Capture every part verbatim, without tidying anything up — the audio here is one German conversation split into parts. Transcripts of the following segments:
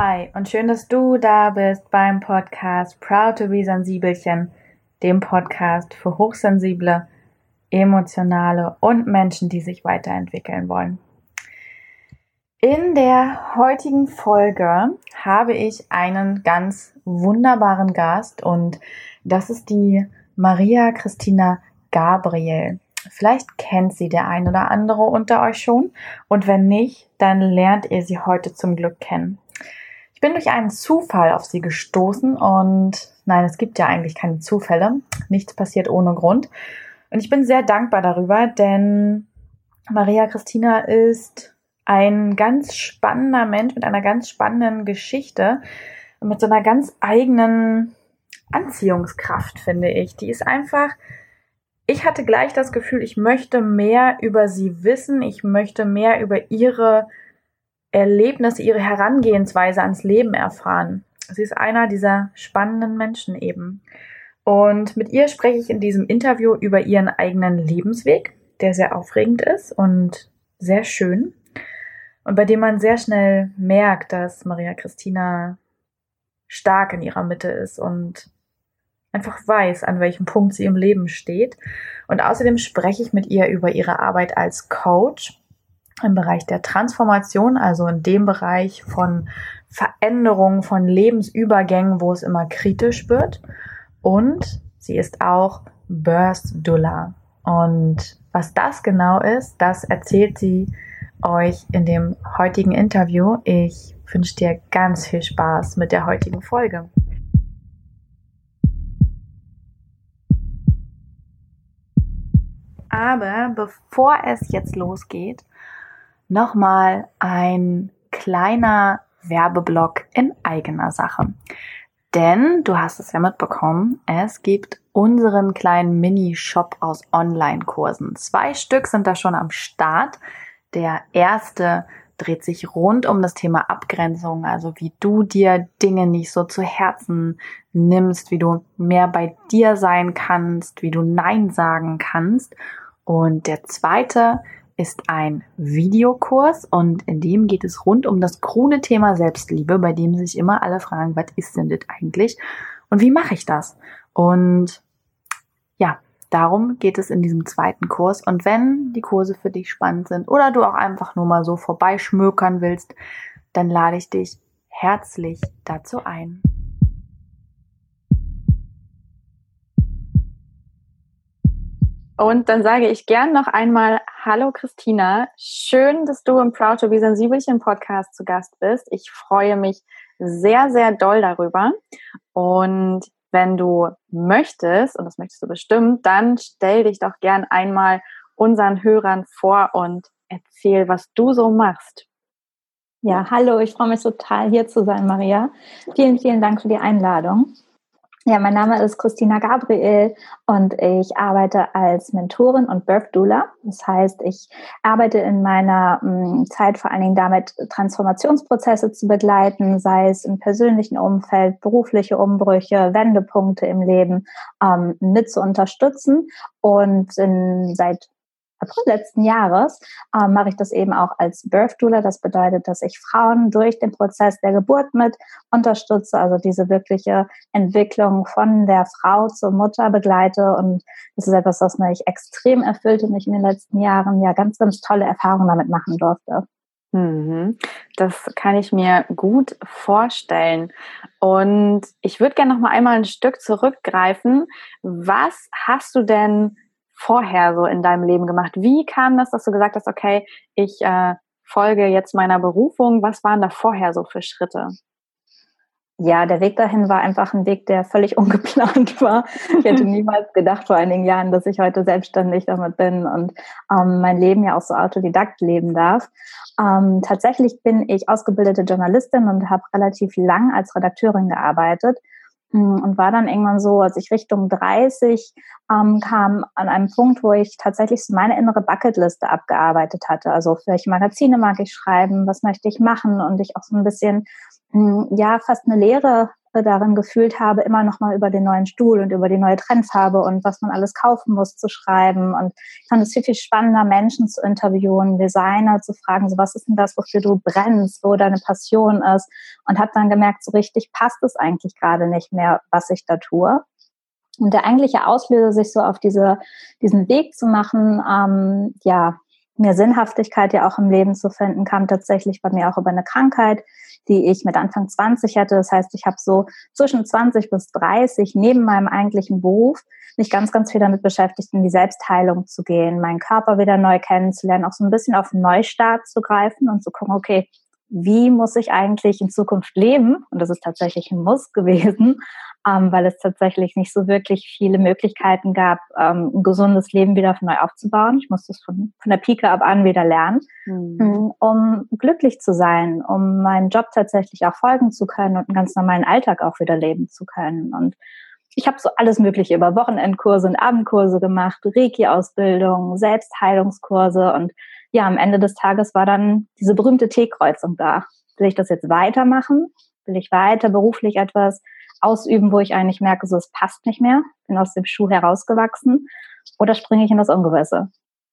Hi und schön, dass du da bist beim Podcast Proud to be Sensibelchen, dem Podcast für hochsensible, emotionale und Menschen, die sich weiterentwickeln wollen. In der heutigen Folge habe ich einen ganz wunderbaren Gast und das ist die Maria Christina Gabriel. Vielleicht kennt sie der ein oder andere unter euch schon und wenn nicht, dann lernt ihr sie heute zum Glück kennen. Ich bin durch einen Zufall auf sie gestoßen und nein, es gibt ja eigentlich keine Zufälle. Nichts passiert ohne Grund. Und ich bin sehr dankbar darüber, denn Maria Christina ist ein ganz spannender Mensch mit einer ganz spannenden Geschichte, mit so einer ganz eigenen Anziehungskraft, finde ich. Die ist einfach, ich hatte gleich das Gefühl, ich möchte mehr über sie wissen, ich möchte mehr über ihre Erlebnisse, ihre Herangehensweise ans Leben erfahren. Sie ist einer dieser spannenden Menschen eben. Und mit ihr spreche ich in diesem Interview über ihren eigenen Lebensweg, der sehr aufregend ist und sehr schön. Und bei dem man sehr schnell merkt, dass Maria Christina stark in ihrer Mitte ist und einfach weiß, an welchem Punkt sie im Leben steht. Und außerdem spreche ich mit ihr über ihre Arbeit als Coach im Bereich der Transformation, also in dem Bereich von Veränderungen, von Lebensübergängen, wo es immer kritisch wird. Und sie ist auch Birth Doula. Und was das genau ist, das erzählt sie euch in dem heutigen Interview. Ich wünsche dir ganz viel Spaß mit der heutigen Folge. Aber bevor es jetzt losgeht, nochmal ein kleiner Werbeblock in eigener Sache. Denn, du hast es ja mitbekommen, es gibt unseren kleinen Mini-Shop aus Online-Kursen. Zwei Stück sind da schon am Start. Der erste dreht sich rund um das Thema Abgrenzung, also wie du dir Dinge nicht so zu Herzen nimmst, wie du mehr bei dir sein kannst, wie du Nein sagen kannst. Und der zweite ist ein Videokurs und in dem geht es rund um das grüne Thema Selbstliebe, bei dem sich immer alle fragen, was ist denn das eigentlich und wie mache ich das? Und ja, darum geht es in diesem zweiten Kurs. Und wenn die Kurse für dich spannend sind oder du auch einfach nur mal so vorbeischmökern willst, dann lade ich dich herzlich dazu ein. Und dann sage ich gern noch einmal Hallo Christina, schön, dass du im Proud to be Sensibelchen Podcast zu Gast bist. Ich freue mich sehr, sehr doll darüber. Und wenn du möchtest, und das möchtest du bestimmt, dann stell dich doch gern einmal unseren Hörern vor und erzähl, was du so machst. Ja, hallo, ich freue mich total, hier zu sein, Maria. Vielen, vielen Dank für die Einladung. Ja, mein Name ist Christina Gabriel und ich arbeite als Mentorin und Birth Doula. Das heißt, ich arbeite in meiner m, Zeit vor allen Dingen damit, Transformationsprozesse zu begleiten, sei es im persönlichen Umfeld, berufliche Umbrüche, Wendepunkte im Leben, ähm, mit zu unterstützen. Und in, seit April letzten Jahres äh, mache ich das eben auch als Birth Doula. Das bedeutet, dass ich Frauen durch den Prozess der Geburt mit unterstütze, also diese wirkliche Entwicklung von der Frau zur Mutter begleite. Und das ist etwas, was mich extrem erfüllt und ich in den letzten Jahren ja ganz, ganz tolle Erfahrungen damit machen durfte. Mhm. Das kann ich mir gut vorstellen. Und ich würde gerne noch mal einmal ein Stück zurückgreifen. Was hast du denn vorher so in deinem Leben gemacht? Wie kam das, dass du gesagt hast, okay, ich äh, folge jetzt meiner Berufung? Was waren da vorher so für Schritte? Ja, der Weg dahin war einfach ein Weg, der völlig ungeplant war. Ich hätte niemals gedacht vor einigen Jahren, dass ich heute selbstständig damit bin und ähm, mein Leben ja auch so Autodidakt leben darf. Ähm, tatsächlich bin ich ausgebildete Journalistin und habe relativ lang als Redakteurin gearbeitet. Und war dann irgendwann so, als ich Richtung dreißig ähm, kam, an einem Punkt, wo ich tatsächlich so meine innere Bucketliste abgearbeitet hatte. Also für welche Magazine mag ich schreiben, was möchte ich machen und ich auch so ein bisschen, mh, ja, fast eine Lehre darin gefühlt habe, immer noch mal über den neuen Stuhl und über die neue Trendfarbe und was man alles kaufen muss zu schreiben. Und ich fand es viel, viel spannender, Menschen zu interviewen, Designer zu fragen, so was ist denn das, wofür du brennst, wo deine Passion ist. Und habe dann gemerkt, so richtig passt es eigentlich gerade nicht mehr, was ich da tue. Und der eigentliche Auslöser, sich so auf diese, diesen Weg zu machen, ähm, ja, mehr Sinnhaftigkeit ja auch im Leben zu finden, kam tatsächlich bei mir auch über eine Krankheit, die ich mit Anfang zwanzig hatte. Das heißt, ich habe so zwischen zwanzig bis dreißig neben meinem eigentlichen Beruf mich ganz, ganz viel damit beschäftigt, in die Selbstheilung zu gehen, meinen Körper wieder neu kennenzulernen, auch so ein bisschen auf einen Neustart zu greifen und zu gucken, okay, wie muss ich eigentlich in Zukunft leben? Und das ist tatsächlich ein Muss gewesen, ähm, weil es tatsächlich nicht so wirklich viele Möglichkeiten gab, ähm, ein gesundes Leben wieder neu aufzubauen. Ich musste es von, von der Pike ab an wieder lernen, mhm. um glücklich zu sein, um meinem Job tatsächlich auch folgen zu können und einen ganz normalen Alltag auch wieder leben zu können. Und ich habe so alles Mögliche über Wochenendkurse und Abendkurse gemacht, Reiki-Ausbildung, Selbstheilungskurse und ja, am Ende des Tages war dann diese berühmte T-Kreuzung da. Will ich das jetzt weitermachen? Will ich weiter beruflich etwas ausüben, wo ich eigentlich merke, so es passt nicht mehr, bin aus dem Schuh herausgewachsen, oder springe ich in das Ungewisse?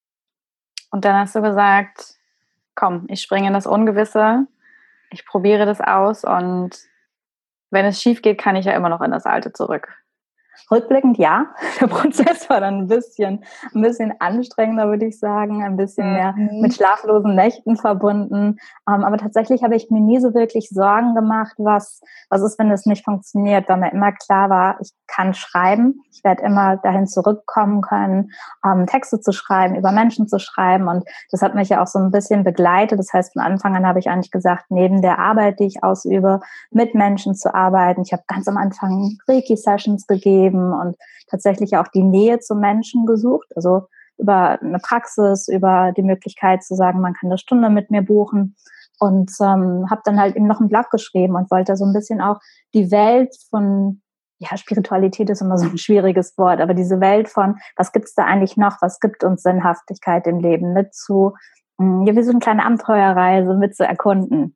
Und dann hast du gesagt, komm, ich springe in das Ungewisse, ich probiere das aus und wenn es schief geht, kann ich ja immer noch in das Alte zurück. Rückblickend ja, der Prozess war dann ein bisschen, ein bisschen anstrengender, würde ich sagen, ein bisschen mehr mhm. mit schlaflosen Nächten verbunden. Ähm, aber tatsächlich habe ich mir nie so wirklich Sorgen gemacht, was, was ist, wenn es nicht funktioniert, weil mir immer klar war, ich kann schreiben, ich werde immer dahin zurückkommen können, ähm, Texte zu schreiben, über Menschen zu schreiben, und das hat mich ja auch so ein bisschen begleitet. Das heißt, von Anfang an habe ich eigentlich gesagt, neben der Arbeit, die ich ausübe, mit Menschen zu arbeiten. Ich habe ganz am Anfang Reiki-Sessions gegeben und tatsächlich auch die Nähe zu Menschen gesucht, also über eine Praxis, über die Möglichkeit zu sagen, man kann eine Stunde mit mir buchen, und ähm, habe dann halt eben noch einen Blog geschrieben und wollte so ein bisschen auch die Welt von, ja, Spiritualität ist immer so ein schwieriges Wort, aber diese Welt von, was gibt's da eigentlich noch, was gibt uns Sinnhaftigkeit im Leben, mit zu, ja, wie so eine kleine Abenteuerreise mit zu erkunden.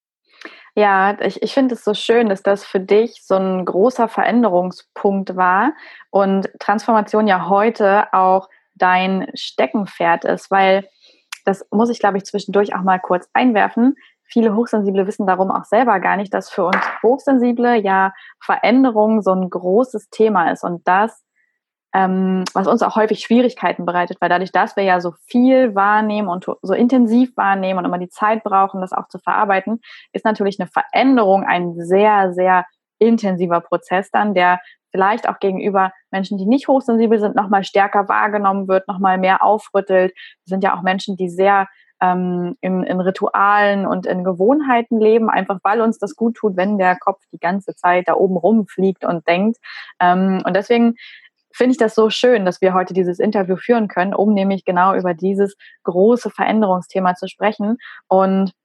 Ja, ich, ich finde es so schön, dass das für dich so ein großer Veränderungspunkt war und Transformation ja heute auch dein Steckenpferd ist, weil das muss ich, glaube ich, zwischendurch auch mal kurz einwerfen. Viele Hochsensible wissen darum auch selber gar nicht, dass für uns Hochsensible ja Veränderung so ein großes Thema ist und das, ähm, was uns auch häufig Schwierigkeiten bereitet, weil dadurch, dass wir ja so viel wahrnehmen und so intensiv wahrnehmen und immer die Zeit brauchen, das auch zu verarbeiten, ist natürlich eine Veränderung ein sehr, sehr intensiver Prozess dann, der vielleicht auch gegenüber Menschen, die nicht hochsensibel sind, nochmal stärker wahrgenommen wird, nochmal mehr aufrüttelt. Das sind ja auch Menschen, die sehr ähm, in, in Ritualen und in Gewohnheiten leben, einfach weil uns das gut tut, wenn der Kopf die ganze Zeit da oben rumfliegt und denkt. Ähm, und deswegen finde ich das so schön, dass wir heute dieses Interview führen können, um nämlich genau über dieses große Veränderungsthema zu sprechen. Und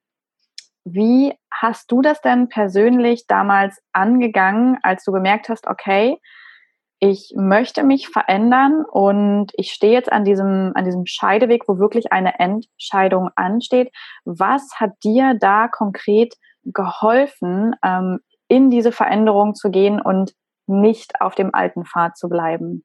wie hast du das denn persönlich damals angegangen, als du gemerkt hast, okay, ich möchte mich verändern und ich stehe jetzt an diesem, an diesem Scheideweg, wo wirklich eine Entscheidung ansteht. Was hat dir da konkret geholfen, ähm, in diese Veränderung zu gehen und nicht auf dem alten Pfad zu bleiben?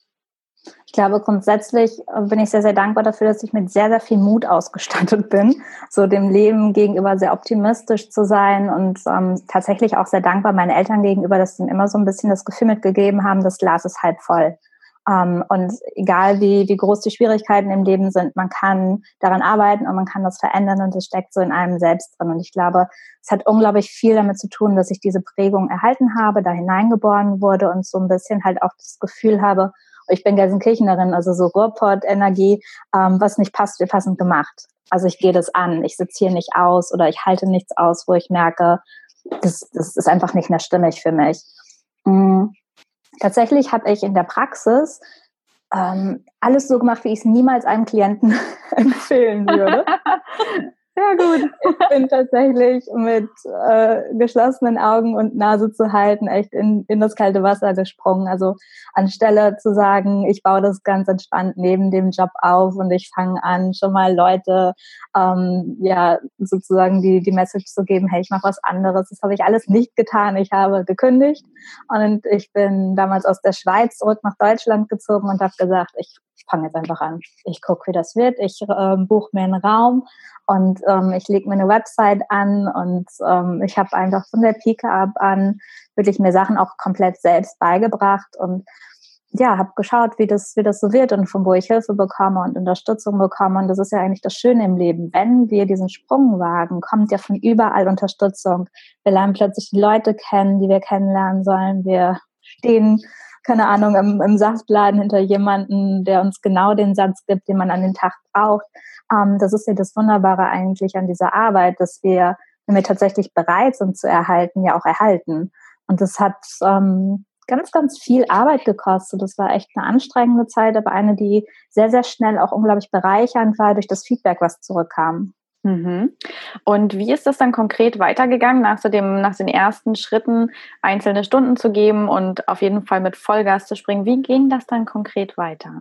Ich glaube, grundsätzlich bin ich sehr, sehr dankbar dafür, dass ich mit sehr, sehr viel Mut ausgestattet bin, so dem Leben gegenüber sehr optimistisch zu sein, und ähm, tatsächlich auch sehr dankbar meinen Eltern gegenüber, dass sie mir immer so ein bisschen das Gefühl mitgegeben haben, das Glas ist halb voll. Ähm, und egal wie, wie groß die Schwierigkeiten im Leben sind, man kann daran arbeiten und man kann das verändern, und es steckt so in einem selbst drin. Und ich glaube, es hat unglaublich viel damit zu tun, dass ich diese Prägung erhalten habe, da hineingeboren wurde und so ein bisschen halt auch das Gefühl habe, ich bin Gelsenkirchenerin, also so Ruhrpott-Energie, ähm, was nicht passt, wird passend gemacht. Also ich gehe das an, ich sitze hier nicht aus oder ich halte nichts aus, wo ich merke, das, das ist einfach nicht mehr stimmig für mich. Mhm. Tatsächlich habe ich in der Praxis ähm, alles so gemacht, wie ich es niemals einem Klienten empfehlen würde. Sehr gut. Ich bin tatsächlich mit äh, geschlossenen Augen und Nase zu halten echt in, in das kalte Wasser gesprungen. Also anstelle zu sagen, ich baue das ganz entspannt neben dem Job auf und ich fange an, schon mal Leute ähm, ja sozusagen die, die Message zu geben, hey, ich mache was anderes. Das habe ich alles nicht getan. Ich habe gekündigt und ich bin damals aus der Schweiz zurück nach Deutschland gezogen und habe gesagt, ich fange jetzt einfach an. Ich gucke, wie das wird. Ich äh, buche mir einen Raum und ähm, ich lege mir eine Website an und ähm, ich habe einfach von der Pike ab an wirklich mir Sachen auch komplett selbst beigebracht und ja, habe geschaut, wie das, wie das so wird und von wo ich Hilfe bekomme und Unterstützung bekomme. Und das ist ja eigentlich das Schöne im Leben. Wenn wir diesen Sprung wagen, kommt ja von überall Unterstützung. Wir lernen plötzlich die Leute kennen, die wir kennenlernen sollen. Wir stehen, keine Ahnung, im, im Saftladen hinter jemanden, der uns genau den Satz gibt, den man an den Tag braucht. Ähm, das ist ja das Wunderbare eigentlich an dieser Arbeit, dass wir, wenn wir tatsächlich bereit sind zu erhalten, ja auch erhalten. Und das hat ähm, ganz, ganz viel Arbeit gekostet. Das war echt eine anstrengende Zeit, aber eine, die sehr, sehr schnell auch unglaublich bereichernd war durch das Feedback, was zurückkam. Mhm. Und wie ist das dann konkret weitergegangen, nach, so dem, nach den ersten Schritten einzelne Stunden zu geben und auf jeden Fall mit Vollgas zu springen? Wie ging das dann konkret weiter?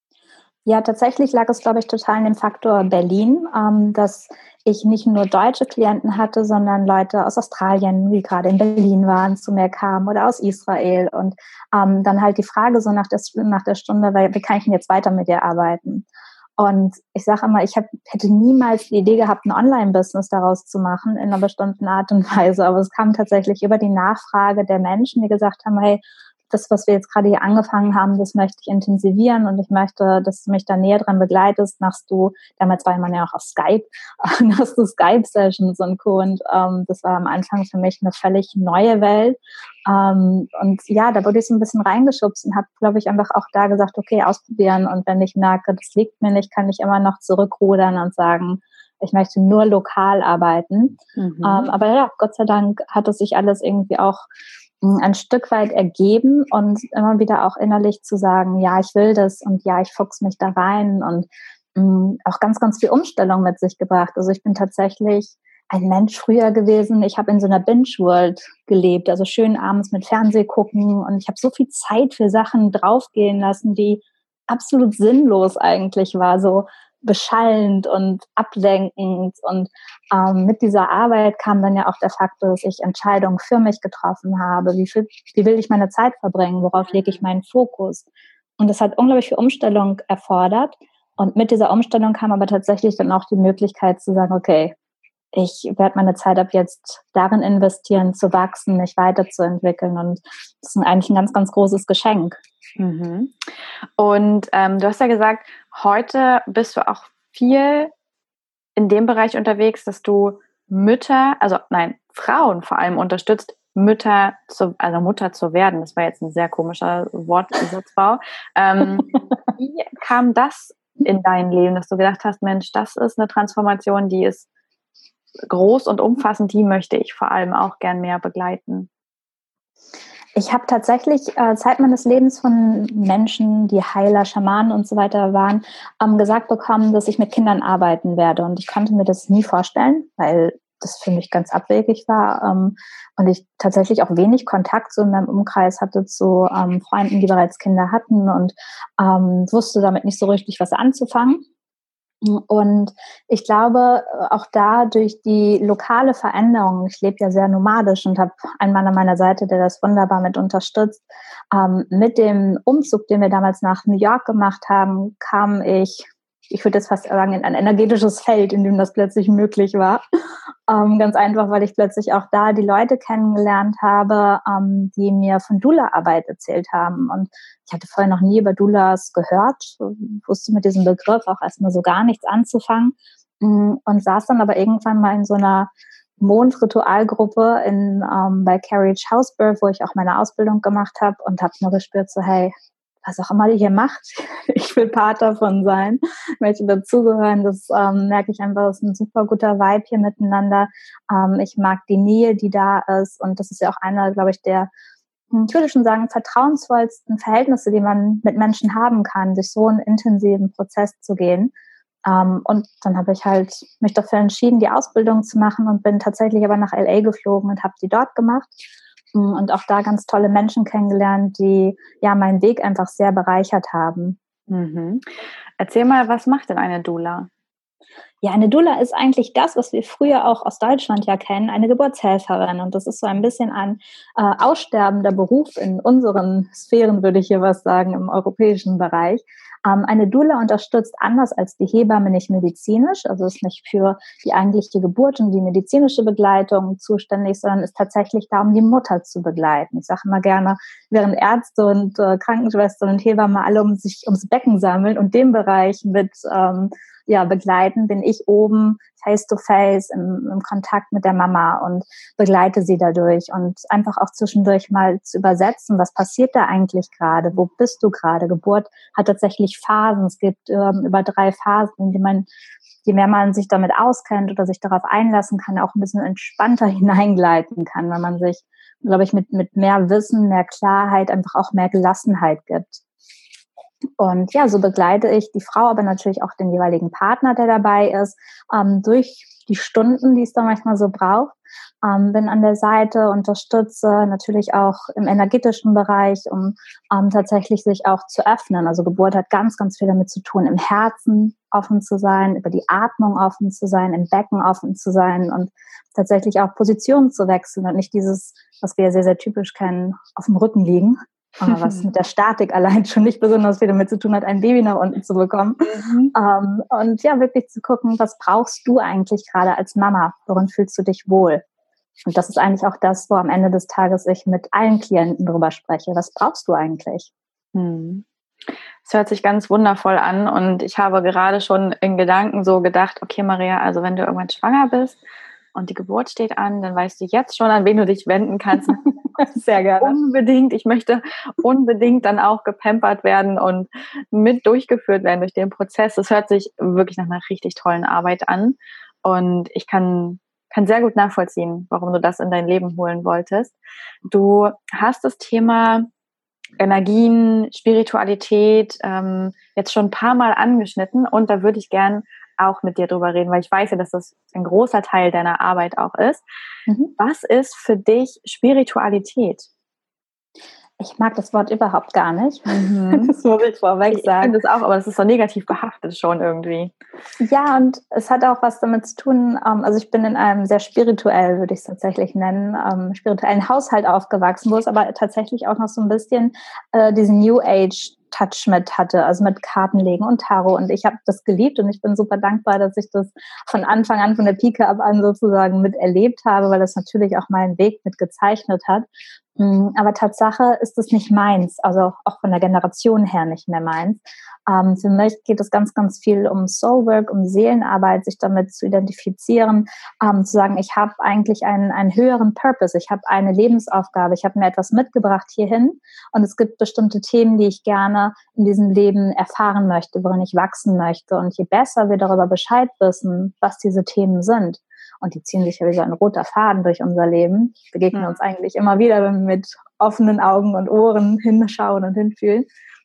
Ja, tatsächlich lag es, glaube ich, total in dem Faktor Berlin, ähm, dass ich nicht nur deutsche Klienten hatte, sondern Leute aus Australien, die gerade in Berlin waren, zu mir kamen oder aus Israel. Und ähm, dann halt die Frage so nach der, nach der Stunde, wie kann ich denn jetzt weiter mit dir arbeiten? Und ich sage immer, ich hab, hätte niemals die Idee gehabt, ein Online-Business daraus zu machen in einer bestimmten Art und Weise. Aber es kam tatsächlich über die Nachfrage der Menschen, die gesagt haben, hey, das, was wir jetzt gerade hier angefangen haben, das möchte ich intensivieren und ich möchte, dass du mich da näher dran begleitest. Machst du, damals war man ja auch auf Skype, machst du Skype-Sessions und Co. Und ähm, das war am Anfang für mich eine völlig neue Welt. Ähm, und ja, da wurde ich so ein bisschen reingeschubst und habe, glaube ich, einfach auch da gesagt, okay, ausprobieren. Und wenn ich merke, das liegt mir nicht, kann ich immer noch zurückrudern und sagen, ich möchte nur lokal arbeiten. Mhm. Ähm, aber ja, Gott sei Dank hat es sich alles irgendwie auch ein Stück weit ergeben und immer wieder auch innerlich zu sagen, ja, ich will das und ja, ich fuchs mich da rein und mh, auch ganz, ganz viel Umstellung mit sich gebracht. Also ich bin tatsächlich ein Mensch früher gewesen. Ich habe in so einer Binge-World gelebt, also schön abends mit Fernseh gucken und ich habe so viel Zeit für Sachen draufgehen lassen, die absolut sinnlos eigentlich war, so beschallend und ablenkend und ähm, mit dieser Arbeit kam dann ja auch der Faktor, dass ich Entscheidungen für mich getroffen habe. Wie, viel, wie will ich meine Zeit verbringen? Worauf lege ich meinen Fokus? Und das hat unglaublich viel Umstellung erfordert. Und mit dieser Umstellung kam aber tatsächlich dann auch die Möglichkeit zu sagen, okay, ich werde meine Zeit ab jetzt darin investieren, zu wachsen, mich weiterzuentwickeln. Und das ist eigentlich ein ganz, ganz großes Geschenk. Mhm. Und ähm, du hast ja gesagt, heute bist du auch viel in dem Bereich unterwegs, dass du Mütter, also nein, Frauen vor allem unterstützt, Mütter zu, also Mutter zu werden. Das war jetzt ein sehr komischer Wortsatzbau. ähm, wie kam das in dein Leben, dass du gedacht hast, Mensch, das ist eine Transformation, die ist groß und umfassend, die möchte ich vor allem auch gern mehr begleiten? Ich habe tatsächlich äh, Zeit meines Lebens von Menschen, die Heiler, Schamanen und so weiter waren, ähm, gesagt bekommen, dass ich mit Kindern arbeiten werde. Und ich konnte mir das nie vorstellen, weil das für mich ganz abwegig war. Ähm, und ich tatsächlich auch wenig Kontakt so in meinem Umkreis hatte zu ähm, Freunden, die bereits Kinder hatten und ähm, wusste damit nicht so richtig, was anzufangen. Und ich glaube, auch da durch die lokale Veränderung, ich lebe ja sehr nomadisch und habe einen Mann an meiner Seite, der das wunderbar mit unterstützt, ähm, mit dem Umzug, den wir damals nach New York gemacht haben, kam ich, ich würde jetzt fast sagen, in ein energetisches Feld, in dem das plötzlich möglich war. Ähm, ganz einfach, weil ich plötzlich auch da die Leute kennengelernt habe, ähm, die mir von Doula-Arbeit erzählt haben. Und ich hatte vorher noch nie über Doulas gehört, wusste mit diesem Begriff auch erstmal so gar nichts anzufangen und saß dann aber irgendwann mal in so einer Mondritualgruppe in, ähm, bei Carriage Housebirth, wo ich auch meine Ausbildung gemacht habe und habe nur gespürt, so hey, was auch immer ihr hier macht, ich will Part davon sein, möchte dazugehören, das ähm, merke ich einfach, das ist ein super guter Vibe hier miteinander. Ähm, ich mag die Nähe, die da ist und das ist ja auch einer, glaube ich, der, ich würde schon sagen, vertrauensvollsten Verhältnisse, die man mit Menschen haben kann, durch so einen intensiven Prozess zu gehen. Ähm, und dann habe ich halt mich dafür entschieden, die Ausbildung zu machen und bin tatsächlich aber nach L A geflogen und habe die dort gemacht. Und auch da ganz tolle Menschen kennengelernt, die ja meinen Weg einfach sehr bereichert haben. Mhm. Erzähl mal, was macht denn eine Doula? Ja, eine Doula ist eigentlich das, was wir früher auch aus Deutschland ja kennen, eine Geburtshelferin. Und das ist so ein bisschen ein äh, aussterbender Beruf in unseren Sphären, würde ich hier was sagen, im europäischen Bereich. Ähm, eine Doula unterstützt anders als die Hebamme nicht medizinisch, also ist nicht für die eigentliche Geburt und die medizinische Begleitung zuständig, sondern ist tatsächlich da, um die Mutter zu begleiten. Ich sage immer gerne, während Ärzte und äh, Krankenschwestern und Hebammen alle um sich ums Becken sammeln und den Bereich mit ähm, ja, begleiten, bin ich oben face-to-face im, im Kontakt mit der Mama und begleite sie dadurch und einfach auch zwischendurch mal zu übersetzen, was passiert da eigentlich gerade, wo bist du gerade? Geburt hat tatsächlich Phasen, es gibt ähm, über drei Phasen, in die man, je mehr man sich damit auskennt oder sich darauf einlassen kann, auch ein bisschen entspannter hineingleiten kann, weil man sich, glaube ich, mit, mit mehr Wissen, mehr Klarheit einfach auch mehr Gelassenheit gibt. Und ja, so begleite ich die Frau, aber natürlich auch den jeweiligen Partner, der dabei ist, ähm, durch die Stunden, die es da manchmal so braucht. Ähm, bin an der Seite, unterstütze natürlich auch im energetischen Bereich, um ähm, tatsächlich sich auch zu öffnen. Also Geburt hat ganz, ganz viel damit zu tun, im Herzen offen zu sein, über die Atmung offen zu sein, im Becken offen zu sein und tatsächlich auch Positionen zu wechseln und nicht dieses, was wir sehr, sehr typisch kennen, auf dem Rücken liegen. Was mit der Statik allein schon nicht besonders viel damit zu tun hat, ein Baby nach unten zu bekommen. Mhm. Ähm, und ja, wirklich zu gucken, was brauchst du eigentlich gerade als Mama? Worin fühlst du dich wohl? Und das ist eigentlich auch das, wo am Ende des Tages ich mit allen Klienten drüber spreche. Was brauchst du eigentlich? Hm. Es hört sich ganz wundervoll an und ich habe gerade schon in Gedanken so gedacht, okay Maria, also wenn du irgendwann schwanger bist und die Geburt steht an, dann weißt du jetzt schon, an wen du dich wenden kannst. Sehr gerne. Unbedingt. Ich möchte unbedingt dann auch gepampert werden und mit durchgeführt werden durch den Prozess. Das hört sich wirklich nach einer richtig tollen Arbeit an. Und ich kann, kann sehr gut nachvollziehen, warum du das in dein Leben holen wolltest. Du hast das Thema Energien, Spiritualität ähm, jetzt schon ein paar Mal angeschnitten und da würde ich gern auch mit dir drüber reden, weil ich weiß ja, dass das ein großer Teil deiner Arbeit auch ist. Mhm. Was ist für dich Spiritualität? Ich mag das Wort überhaupt gar nicht. Mhm. Das muss ich vorweg ich sagen. Ich finde es auch, aber das ist so negativ behaftet schon irgendwie. Ja, und es hat auch was damit zu tun, also ich bin in einem sehr spirituell, würde ich es tatsächlich nennen, spirituellen Haushalt aufgewachsen, wo es aber tatsächlich auch noch so ein bisschen äh, diesen New Age Touch mit hatte, also mit Kartenlegen und Tarot. Und ich habe das geliebt und ich bin super dankbar, dass ich das von Anfang an, von der Pike ab an sozusagen miterlebt habe, weil das natürlich auch meinen Weg mit gezeichnet hat. Aber Tatsache ist es nicht meins, also auch von der Generation her nicht mehr meins. Ähm, für mich geht es ganz, ganz viel um Soulwork, um Seelenarbeit, sich damit zu identifizieren, ähm, zu sagen, ich habe eigentlich einen, einen höheren Purpose, ich habe eine Lebensaufgabe, ich habe mir etwas mitgebracht hierhin und es gibt bestimmte Themen, die ich gerne in diesem Leben erfahren möchte, worin ich wachsen möchte. Und je besser wir darüber Bescheid wissen, was diese Themen sind, und die ziehen sich ja wie so ein roter Faden durch unser Leben, begegnen uns eigentlich immer wieder, wenn wir mit offenen Augen und Ohren hinschauen und hinfühlen,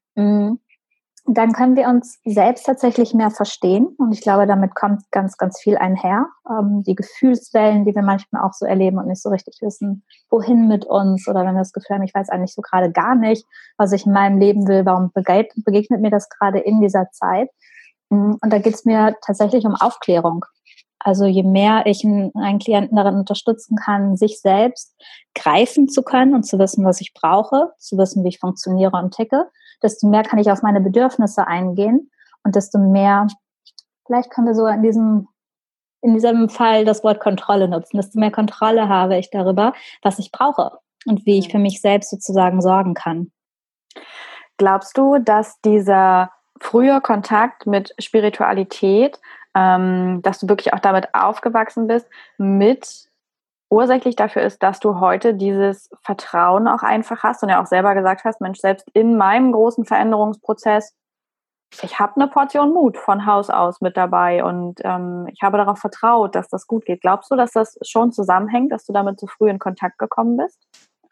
dann können wir uns selbst tatsächlich mehr verstehen. Und ich glaube, damit kommt ganz, ganz viel einher. Die Gefühlswellen, die wir manchmal auch so erleben und nicht so richtig wissen, wohin mit uns. Oder wenn wir das Gefühl haben, ich weiß eigentlich so gerade gar nicht, was ich in meinem Leben will, warum begegnet mir das gerade in dieser Zeit? Und da geht es mir tatsächlich um Aufklärung. Also je mehr ich einen Klienten darin unterstützen kann, sich selbst greifen zu können und zu wissen, was ich brauche, zu wissen, wie ich funktioniere und ticke, desto mehr kann ich auf meine Bedürfnisse eingehen und desto mehr, vielleicht können wir so in diesem, in diesem Fall das Wort Kontrolle nutzen, desto mehr Kontrolle habe ich darüber, was ich brauche und wie ich für mich selbst sozusagen sorgen kann. Glaubst du, dass dieser frühe Kontakt mit Spiritualität, ähm, dass du wirklich auch damit aufgewachsen bist, mit ursächlich dafür ist, dass du heute dieses Vertrauen auch einfach hast und ja auch selber gesagt hast, Mensch, selbst in meinem großen Veränderungsprozess, ich habe eine Portion Mut von Haus aus mit dabei und ähm, ich habe darauf vertraut, dass das gut geht. Glaubst du, dass das schon zusammenhängt, dass du damit so früh in Kontakt gekommen bist?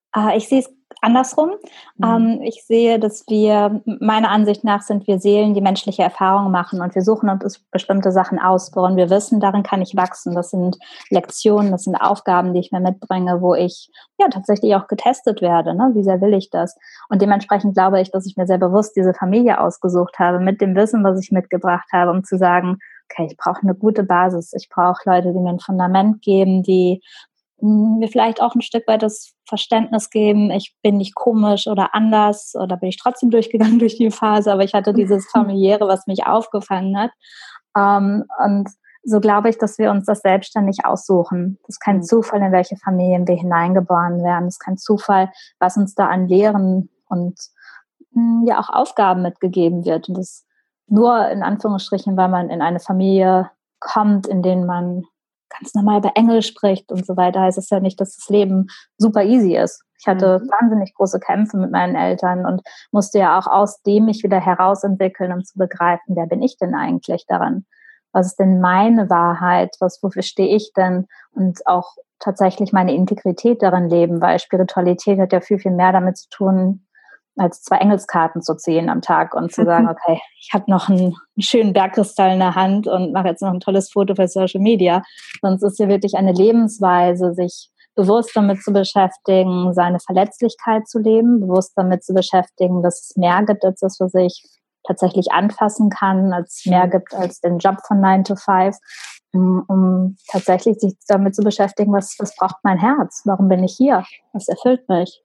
Äh, ich sehe es andersrum. Mhm. Ähm, ich sehe, dass wir, meiner Ansicht nach, sind wir Seelen, die menschliche Erfahrungen machen und wir suchen uns bestimmte Sachen aus, woran wir wissen, darin kann ich wachsen. Das sind Lektionen, das sind Aufgaben, die ich mir mitbringe, wo ich ja tatsächlich auch getestet werde. Ne? Wie sehr will ich das? Und dementsprechend glaube ich, dass ich mir sehr bewusst diese Familie ausgesucht habe, mit dem Wissen, was ich mitgebracht habe, um zu sagen, okay, ich brauche eine gute Basis. Ich brauche Leute, die mir ein Fundament geben, die mir vielleicht auch ein Stück weit das Verständnis geben, ich bin nicht komisch oder anders, oder bin ich trotzdem durchgegangen durch die Phase, aber ich hatte dieses Familiäre, was mich aufgefangen hat. Ähm, und so glaube ich, dass wir uns das selbstständig aussuchen. Das ist kein mhm. Zufall, in welche Familien wir hineingeboren werden. Das ist kein Zufall, was uns da an Lehren und mh, ja auch Aufgaben mitgegeben wird. Und das nur in Anführungsstrichen, weil man in eine Familie kommt, in denen man ganz normal über Englisch spricht und so weiter, heißt es ja nicht, dass das Leben super easy ist. Ich hatte mhm. wahnsinnig große Kämpfe mit meinen Eltern und musste ja auch aus dem mich wieder herausentwickeln, um zu begreifen, wer bin ich denn eigentlich daran? Was ist denn meine Wahrheit? Was, wofür stehe ich denn? Und auch tatsächlich meine Integrität darin leben, weil Spiritualität hat ja viel, viel mehr damit zu tun, als zwei Engelskarten zu ziehen am Tag und zu sagen, okay, ich habe noch einen, einen schönen Bergkristall in der Hand und mache jetzt noch ein tolles Foto für Social Media. Sonst ist ja wirklich eine Lebensweise, sich bewusst damit zu beschäftigen, seine Verletzlichkeit zu leben, bewusst damit zu beschäftigen, dass es mehr gibt als das, was ich tatsächlich anfassen kann, als es mehr gibt als den Job von nine to five, um, um tatsächlich sich damit zu beschäftigen, was, was braucht mein Herz? Warum bin ich hier? Was erfüllt mich?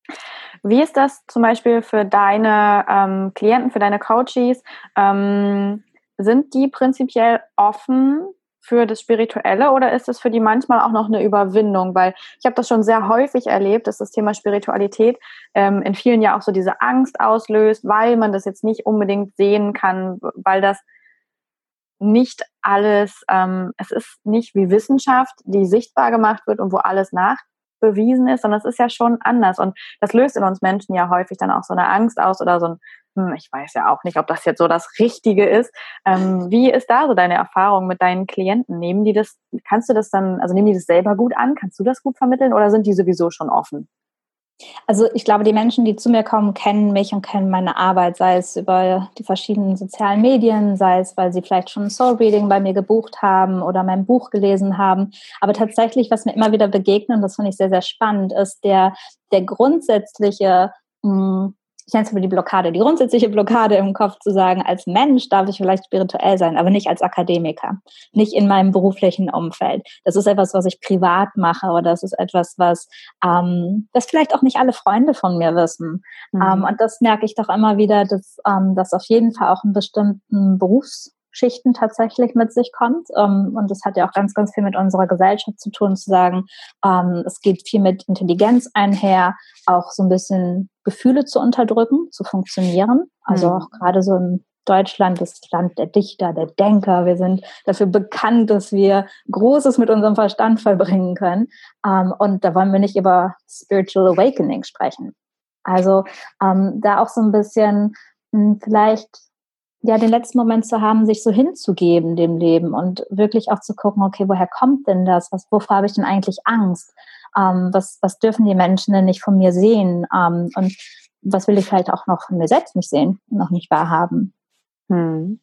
Wie ist das zum Beispiel für deine ähm, Klienten, für deine Coaches? Ähm, sind die prinzipiell offen für das Spirituelle oder ist es für die manchmal auch noch eine Überwindung? Weil ich habe das schon sehr häufig erlebt, dass das Thema Spiritualität ähm, in vielen ja auch so diese Angst auslöst, weil man das jetzt nicht unbedingt sehen kann, weil das nicht alles, ähm, es ist nicht wie Wissenschaft, die sichtbar gemacht wird und wo alles nachbewiesen ist, sondern es ist ja schon anders. Und das löst in uns Menschen ja häufig dann auch so eine Angst aus oder so ein, hm, ich weiß ja auch nicht, ob das jetzt so das Richtige ist. Ähm, wie ist da so deine Erfahrung mit deinen Klienten? Nehmen die das, kannst du das dann, also nehmen die das selber gut an? Kannst du das gut vermitteln oder sind die sowieso schon offen? Also ich glaube, die Menschen, die zu mir kommen, kennen mich und kennen meine Arbeit, sei es über die verschiedenen sozialen Medien, sei es, weil sie vielleicht schon ein Soul-Reading bei mir gebucht haben oder mein Buch gelesen haben. Aber tatsächlich, was mir immer wieder begegnet, und das finde ich sehr, sehr spannend, ist der, der grundsätzliche, mh, ich nenne es mal die Blockade, die grundsätzliche Blockade im Kopf zu sagen, als Mensch darf ich vielleicht spirituell sein, aber nicht als Akademiker, nicht in meinem beruflichen Umfeld. Das ist etwas, was ich privat mache oder das ist etwas, was ähm, das vielleicht auch nicht alle Freunde von mir wissen. Mhm. Ähm, und das merke ich doch immer wieder, dass ähm, das auf jeden Fall auch in bestimmten Berufsschichten tatsächlich mit sich kommt. Ähm, und das hat ja auch ganz, ganz viel mit unserer Gesellschaft zu tun, zu sagen, ähm, es geht viel mit Intelligenz einher, auch so ein bisschen Gefühle zu unterdrücken, zu funktionieren. Also auch gerade so in Deutschland, das Land der Dichter, der Denker. Wir sind dafür bekannt, dass wir Großes mit unserem Verstand vollbringen können. Ähm, und da wollen wir nicht über Spiritual Awakening sprechen. Also ähm, da auch so ein bisschen mh, vielleicht ja den letzten Moment zu haben, sich so hinzugeben dem Leben und wirklich auch zu gucken, okay, woher kommt denn das? Was, wovor habe ich denn eigentlich Angst? Ähm, was, was dürfen die Menschen denn nicht von mir sehen? Ähm, und was will ich vielleicht auch noch von mir selbst nicht sehen, noch nicht wahrhaben? Hm.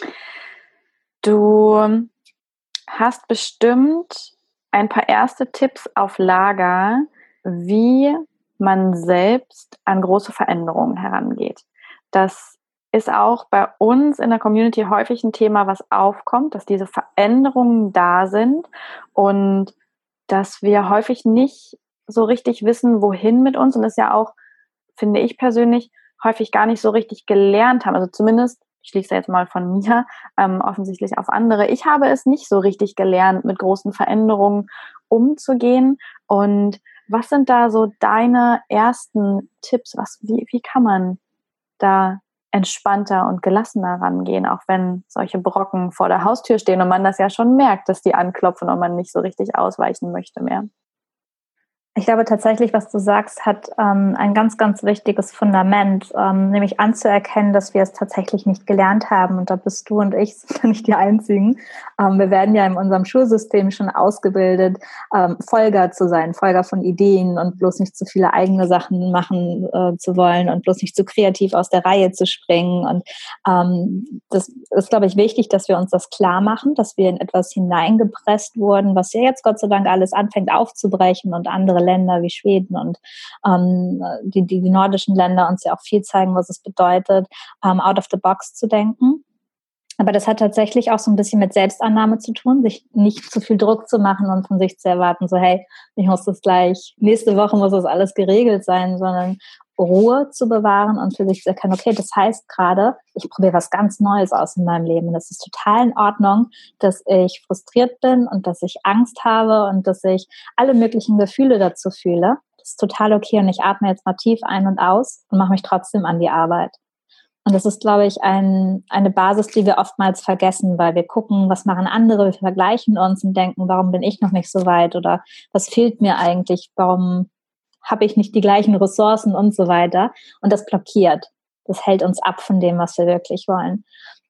Du hast bestimmt ein paar erste Tipps auf Lager, wie man selbst an große Veränderungen herangeht. Das ist auch bei uns in der Community häufig ein Thema, was aufkommt, dass diese Veränderungen da sind und dass wir häufig nicht so richtig wissen, wohin mit uns und es ja auch, finde ich persönlich, häufig gar nicht so richtig gelernt haben. Also zumindest, ich schließe jetzt mal von mir, ähm, offensichtlich auf andere. Ich habe es nicht so richtig gelernt, mit großen Veränderungen umzugehen. Und was sind da so deine ersten Tipps? Was, wie, wie kann man da entspannter und gelassener rangehen, auch wenn solche Brocken vor der Haustür stehen und man das ja schon merkt, dass die anklopfen und man nicht so richtig ausweichen möchte mehr? Ich glaube tatsächlich, was du sagst, hat ähm, ein ganz, ganz wichtiges Fundament, ähm, nämlich anzuerkennen, dass wir es tatsächlich nicht gelernt haben. Und da bist du und ich sind nicht die Einzigen. Ähm, wir werden ja in unserem Schulsystem schon ausgebildet, ähm, Folger zu sein, Folger von Ideen und bloß nicht zu viele eigene Sachen machen äh, zu wollen und bloß nicht zu kreativ aus der Reihe zu springen. Und ähm, das ist, glaube ich, wichtig, dass wir uns das klar machen, dass wir in etwas hineingepresst wurden, was ja jetzt Gott sei Dank alles anfängt aufzubrechen und andere Länder wie Schweden und ähm, die, die, die nordischen Länder uns ja auch viel zeigen, was es bedeutet, ähm, out of the box zu denken. Aber das hat tatsächlich auch so ein bisschen mit Selbstannahme zu tun, sich nicht zu viel Druck zu machen und von sich zu erwarten, so hey, ich muss das gleich, nächste Woche muss das alles geregelt sein, sondern Ruhe zu bewahren und für sich zu erkennen, okay, das heißt gerade, ich probiere was ganz Neues aus in meinem Leben. Und es ist total in Ordnung, dass ich frustriert bin und dass ich Angst habe und dass ich alle möglichen Gefühle dazu fühle. Das ist total okay und ich atme jetzt mal tief ein und aus und mache mich trotzdem an die Arbeit. Und das ist, glaube ich, ein, eine Basis, die wir oftmals vergessen, weil wir gucken, was machen andere, wir vergleichen uns und denken, warum bin ich noch nicht so weit oder was fehlt mir eigentlich, warum habe ich nicht die gleichen Ressourcen und so weiter. Und das blockiert. Das hält uns ab von dem, was wir wirklich wollen.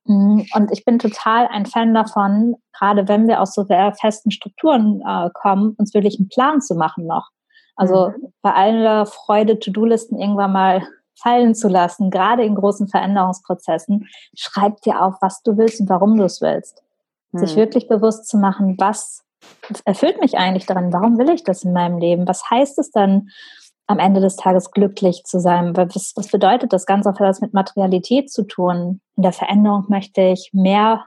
Und ich bin total ein Fan davon, gerade wenn wir aus so festen Strukturen äh, kommen, uns wirklich einen Plan zu machen noch. Also mhm. bei aller Freude, To-Do-Listen irgendwann mal fallen zu lassen, gerade in großen Veränderungsprozessen, schreib dir auf, was du willst und warum du es willst. Mhm. Sich wirklich bewusst zu machen, was erfüllt mich eigentlich daran, warum will ich das in meinem Leben? Was heißt es dann, am Ende des Tages glücklich zu sein? Was, was bedeutet das Ganze? Auch was mit Materialität zu tun? In der Veränderung möchte ich mehr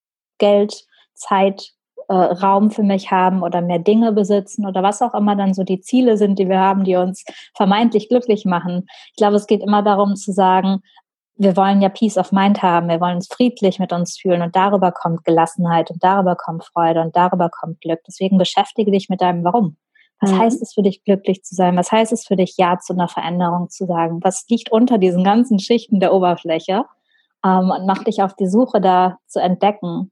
Geld, Zeit, äh, Raum für mich haben oder mehr Dinge besitzen oder was auch immer dann so die Ziele sind, die wir haben, die uns vermeintlich glücklich machen. Ich glaube, es geht immer darum zu sagen, wir wollen ja Peace of Mind haben, wir wollen uns friedlich mit uns fühlen und darüber kommt Gelassenheit und darüber kommt Freude und darüber kommt Glück. Deswegen beschäftige dich mit deinem Warum. Was mhm. heißt es für dich, glücklich zu sein? Was heißt es für dich, Ja zu einer Veränderung zu sagen? Was liegt unter diesen ganzen Schichten der Oberfläche? Ähm, und mach dich auf die Suche, da zu entdecken.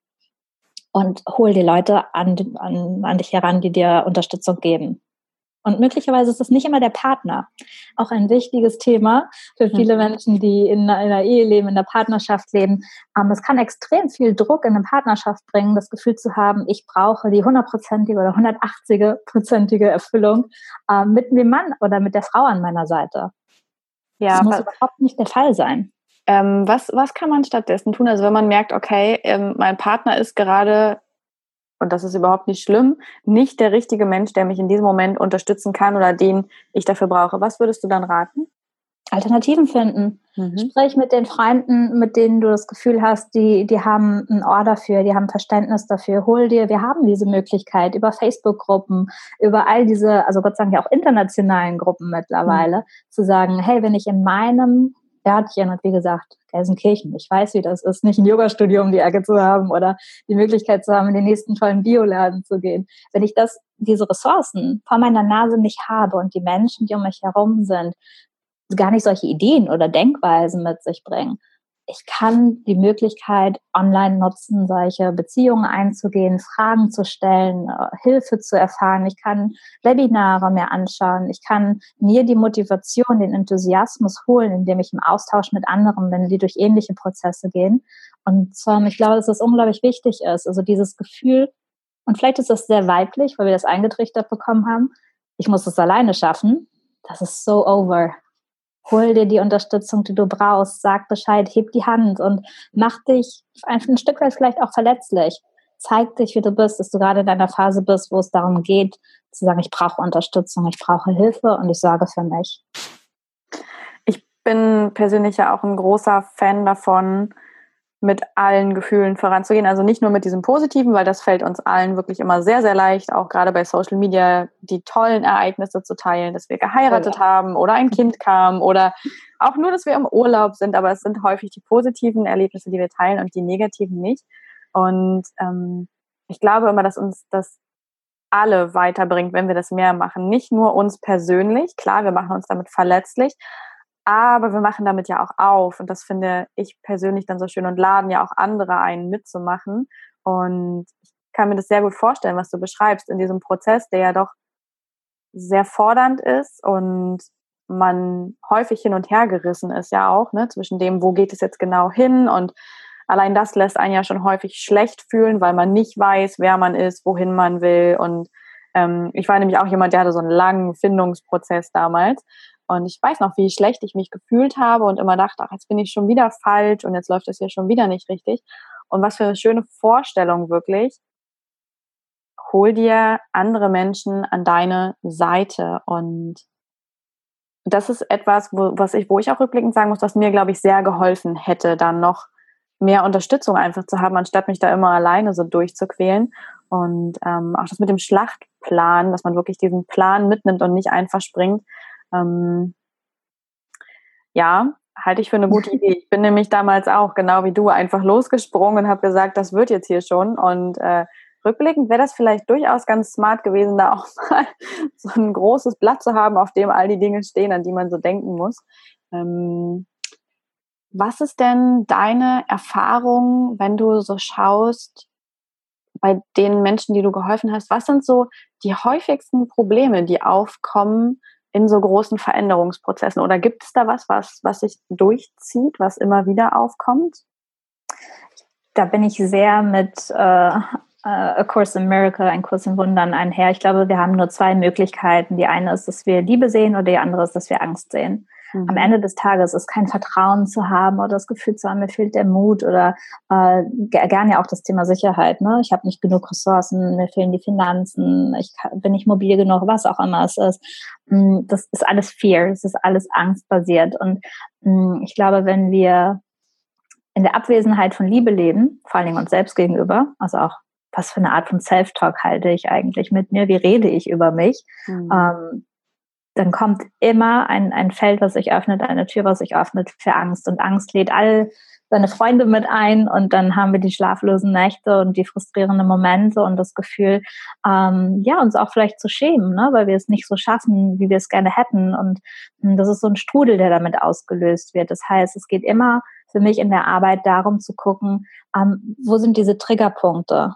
Und hol die Leute an, an, an dich heran, die dir Unterstützung geben. Und möglicherweise ist das nicht immer der Partner. Auch ein wichtiges Thema für viele mhm. Menschen, die in einer Ehe leben, in der Partnerschaft leben. Ähm, es kann extrem viel Druck in eine Partnerschaft bringen, das Gefühl zu haben, ich brauche die hundertprozentige oder hundertachtzig-prozentige Erfüllung äh, mit dem Mann oder mit der Frau an meiner Seite. Ja, das muss überhaupt nicht der Fall sein. Ähm, was, was kann man stattdessen tun? Also wenn man merkt, okay, ähm, mein Partner ist gerade, und das ist überhaupt nicht schlimm, nicht der richtige Mensch, der mich in diesem Moment unterstützen kann oder den ich dafür brauche. Was würdest du dann raten? Alternativen finden. Mhm. Sprich mit den Freunden, mit denen du das Gefühl hast, die, die haben ein Ohr dafür, die haben Verständnis dafür. Hol dir, wir haben diese Möglichkeit über Facebook-Gruppen, über all diese, also Gott sei Dank ja auch internationalen Gruppen mittlerweile, mhm. zu sagen, hey, wenn ich in meinem Örtchen und wie gesagt, Gelsenkirchen, ich weiß, wie das ist, nicht ein Yoga-Studio um die Ecke zu haben oder die Möglichkeit zu haben, in den nächsten tollen Bioladen zu gehen. Wenn ich das, diese Ressourcen vor meiner Nase nicht habe und die Menschen, die um mich herum sind, gar nicht solche Ideen oder Denkweisen mit sich bringen. Ich kann die Möglichkeit online nutzen, solche Beziehungen einzugehen, Fragen zu stellen, Hilfe zu erfahren. Ich kann Webinare mir anschauen. Ich kann mir die Motivation, den Enthusiasmus holen, indem ich im Austausch mit anderen bin, die durch ähnliche Prozesse gehen. Und ähm, ich glaube, dass das unglaublich wichtig ist. Also dieses Gefühl, und vielleicht ist das sehr weiblich, weil wir das eingetrichtert bekommen haben, ich muss es alleine schaffen. Das ist so over. Hol dir die Unterstützung, die du brauchst, sag Bescheid, heb die Hand und mach dich einfach ein Stück weit vielleicht auch verletzlich. Zeig dich, wie du bist, dass du gerade in einer Phase bist, wo es darum geht, zu sagen, ich brauche Unterstützung, ich brauche Hilfe und ich sorge für mich. Ich bin persönlich ja auch ein großer Fan davon, mit allen Gefühlen voranzugehen. Also nicht nur mit diesem Positiven, weil das fällt uns allen wirklich immer sehr, sehr leicht, auch gerade bei Social Media, die tollen Ereignisse zu teilen, dass wir geheiratet oh ja. haben oder ein Kind kam oder auch nur, dass wir im Urlaub sind. Aber es sind häufig die positiven Erlebnisse, die wir teilen und die negativen nicht. Und ähm, ich glaube immer, dass uns das alle weiterbringt, wenn wir das mehr machen. Nicht nur uns persönlich. Klar, wir machen uns damit verletzlich, aber wir machen damit ja auch auf und das finde ich persönlich dann so schön und laden ja auch andere ein, mitzumachen. Und ich kann mir das sehr gut vorstellen, was du beschreibst in diesem Prozess, der ja doch sehr fordernd ist und man häufig hin und her gerissen ist ja auch, ne, zwischen dem, wo geht es jetzt genau hin, und allein das lässt einen ja schon häufig schlecht fühlen, weil man nicht weiß, wer man ist, wohin man will. Und ähm, ich war nämlich auch jemand, der hatte so einen langen Findungsprozess damals. Und ich weiß noch, wie schlecht ich mich gefühlt habe und immer dachte, ach, jetzt bin ich schon wieder falsch und jetzt läuft das hier schon wieder nicht richtig. Und was für eine schöne Vorstellung wirklich. Hol dir andere Menschen an deine Seite. Und das ist etwas, wo, was ich, wo ich auch rückblickend sagen muss, was mir, glaube ich, sehr geholfen hätte, dann noch mehr Unterstützung einfach zu haben, anstatt mich da immer alleine so durchzuquälen. Und ähm, auch das mit dem Schlachtplan, dass man wirklich diesen Plan mitnimmt und nicht einfach springt, ähm, ja, halte ich für eine gute Idee. Ich bin nämlich damals auch, genau wie du, einfach losgesprungen und habe gesagt, das wird jetzt hier schon. Und äh, rückblickend wäre das vielleicht durchaus ganz smart gewesen, da auch mal so ein großes Blatt zu haben, auf dem all die Dinge stehen, an die man so denken muss. Ähm, was ist denn deine Erfahrung, wenn du so schaust, bei den Menschen, die du geholfen hast, was sind so die häufigsten Probleme, die aufkommen in so großen Veränderungsprozessen? Oder gibt es da was, was, was sich durchzieht, was immer wieder aufkommt? Da bin ich sehr mit äh, A Course in Miracle, ein Kurs in Wundern einher. Ich glaube, wir haben nur zwei Möglichkeiten. Die eine ist, dass wir Liebe sehen, oder die andere ist, dass wir Angst sehen. Mhm. Am Ende des Tages ist kein Vertrauen zu haben oder das Gefühl zu haben, mir fehlt der Mut, oder äh, gerne ja auch das Thema Sicherheit. Ne? Ich habe nicht genug Ressourcen, mir fehlen die Finanzen, ich kann, bin nicht mobil genug, was auch immer es ist. Das ist alles Fear, das ist alles angstbasiert. Und ich glaube, wenn wir in der Abwesenheit von Liebe leben, vor allen Dingen uns selbst gegenüber, also auch, was für eine Art von Self-Talk halte ich eigentlich mit mir, wie rede ich über mich, mhm. ähm, dann kommt immer ein, ein Feld, was sich öffnet, eine Tür, was sich öffnet für Angst. Und Angst lädt all seine Freunde mit ein, und dann haben wir die schlaflosen Nächte und die frustrierenden Momente und das Gefühl, ähm, ja, uns auch vielleicht zu schämen, ne, weil wir es nicht so schaffen, wie wir es gerne hätten. Und mh, das ist so ein Strudel, der damit ausgelöst wird. Das heißt, es geht immer für mich in der Arbeit darum zu gucken, ähm, wo sind diese Triggerpunkte?